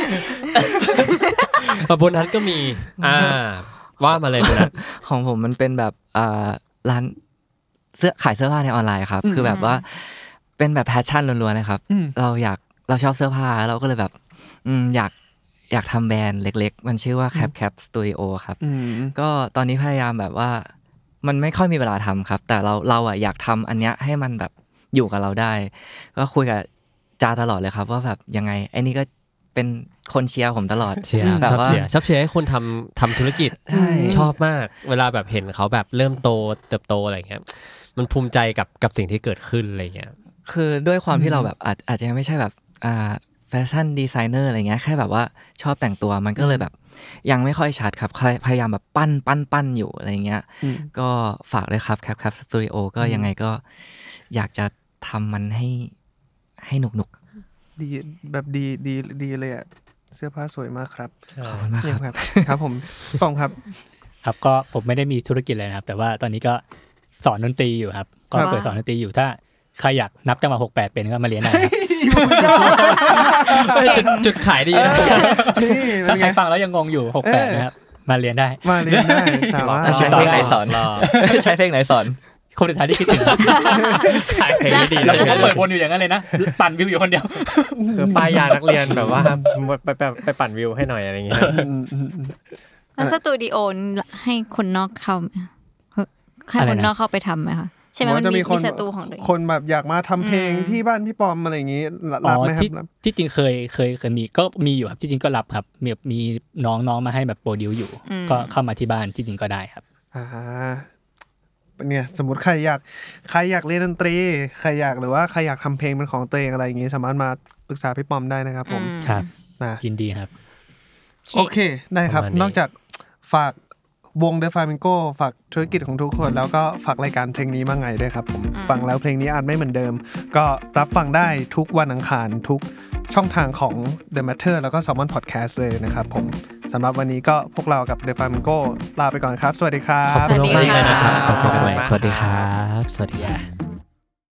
ปะบนนั้นก็มีอ่าว่ามาเลยคุณนัทของผมมันเป็นแบบอ่าร้านเสื้อขายเสื้อผ้าในออนไลน์ครับคือแบบว่าเป็นแบบแพชชั่นล้วนๆเลยครับเราอยากเราชอบเสื้อผ้าเราก็เลยแบบอืมอยากอยากทำแบรนด์เล็กๆมันชื่อว่า Cap Cap Studio ครับก็ตอนนี้พยายามแบบว่ามันไม่ค่อยมีเวลาทำครับแต่เราเราอ่ะอยากทำอันเนี้ยให้มันแบบอยู่กับเราได้ก็คุยกับจาตลอดเลยครับว่าแบบยังไงไอ้นี่ก็เป็นคนเชียร์ผมตลอดเชียร์แบบชอบว่าเชียร์ชอบเชียร์ให้คนทำทำธุรกิจใช่ชอบมากเวลาแบบเห็นเขาแบบเริ่มโตเติบโตอะไรเงี้ยมันภูมิใจกับกับสิ่งที่เกิดขึ้นอะไรเงี้ยคือด้วยความที่เราแบบอาจอาจจะยังไม่ใช่แบบอ่าแฟชั่นดีไซเนอร์อะไรเงี้ยแค่แบบว่าชอบแต่งตัวมันก็เลยแบบยังไม่ค่อยชัดครับพยายามแบบปั้นปั้นปั้นอยู่อะไรเงี้ยก็ฝากเลยครับ Cap Cap Studio ก็ยังไงก็อยากจะทำมันให้ให้หนุกหนุกดีแบบดีดีดีเลยอ่ะเสื้อผ้าสวยมากครับขอบคุณมากครับครับผมปองครับครับก็ผมไม่ได้มีธุรกิจเลยนะครับ แต่ว่าตอนนี้ก็สอนดนตรีอยู่ครับก็เปิดสอนดนตรีอยู่ถ้าใครอยากนับจังหวะหกแปดเป็นก็มาเรียนได้ครับจุดจุดขายดีนะนี่เป็ถ้าน ใคไงรฟังแล้วยังงงอยู่หกแปดนะครับมาเรียนได้มาเรียนได้แต่ว่าใช้เพลงไหนสอนใช้เพลงไหนสอนคนสุดท้ายที่คิดถึงใช่เพลงนี้ดีแล้วผมก็เปิดวนอยู่อย่างนั้นเลยนะปั่นวิวอยู่คนเดียวคือป้ายยานักเรียนแบบว่าไปไปไปปั่นวิวให้หน่อยอะไรเงี้ยแล้วสตูดิโอให้คนนอกเข้าไหมให้คนนอกเข้าไปทำไหมคะใช่ไหมมันมีมีสตูของตัวเองคนแบบอยากมาทำเพลงที่บ้านพี่ปอมอะไรอย่างงี้รับไหมครัที่บที่จริงเคยเคยเคยมีก็มีอยู่ครับที่จริงก็รับครับมีมีน้องน้องมาให้แบบโปรดิวอยู่ ก็เข้ามาที่บ้านที่จริงก็ได้ครับอ่าเนี่ยสมมติใครอยากใครอยากเล่นดนตรีใครอยากหรือว่าใครอยากทำเพลงเป็นของตัวเองอะไรอย่างงี้สามารถมาปรึกษาพี่ปอมได้นะครับผมครับนะยินดีครับโอเคได้ครับประมาณนี้นอกจากฝากวง The Flamingo ฝากธุรกิจของทุกคนแล้วก็ฝากรายการเพลงนี้มาไงด้วยครับผมฟังแล้วเพลงนี้อาจไม่เหมือนเดิมก็รับฟังได้ทุกวันอังคารทุกช่องทางของ The Matter แล้วก็ Salmon Podcast เลยนะครับผมสำหรับวันนี้ก็พวกเรากับ The Flamingo ลาไปก่อนครับสวัสดีครับขอบคุณมากๆเลยนะครับขอเจอกันใหม่สวัสดีครับสวัสดีครับ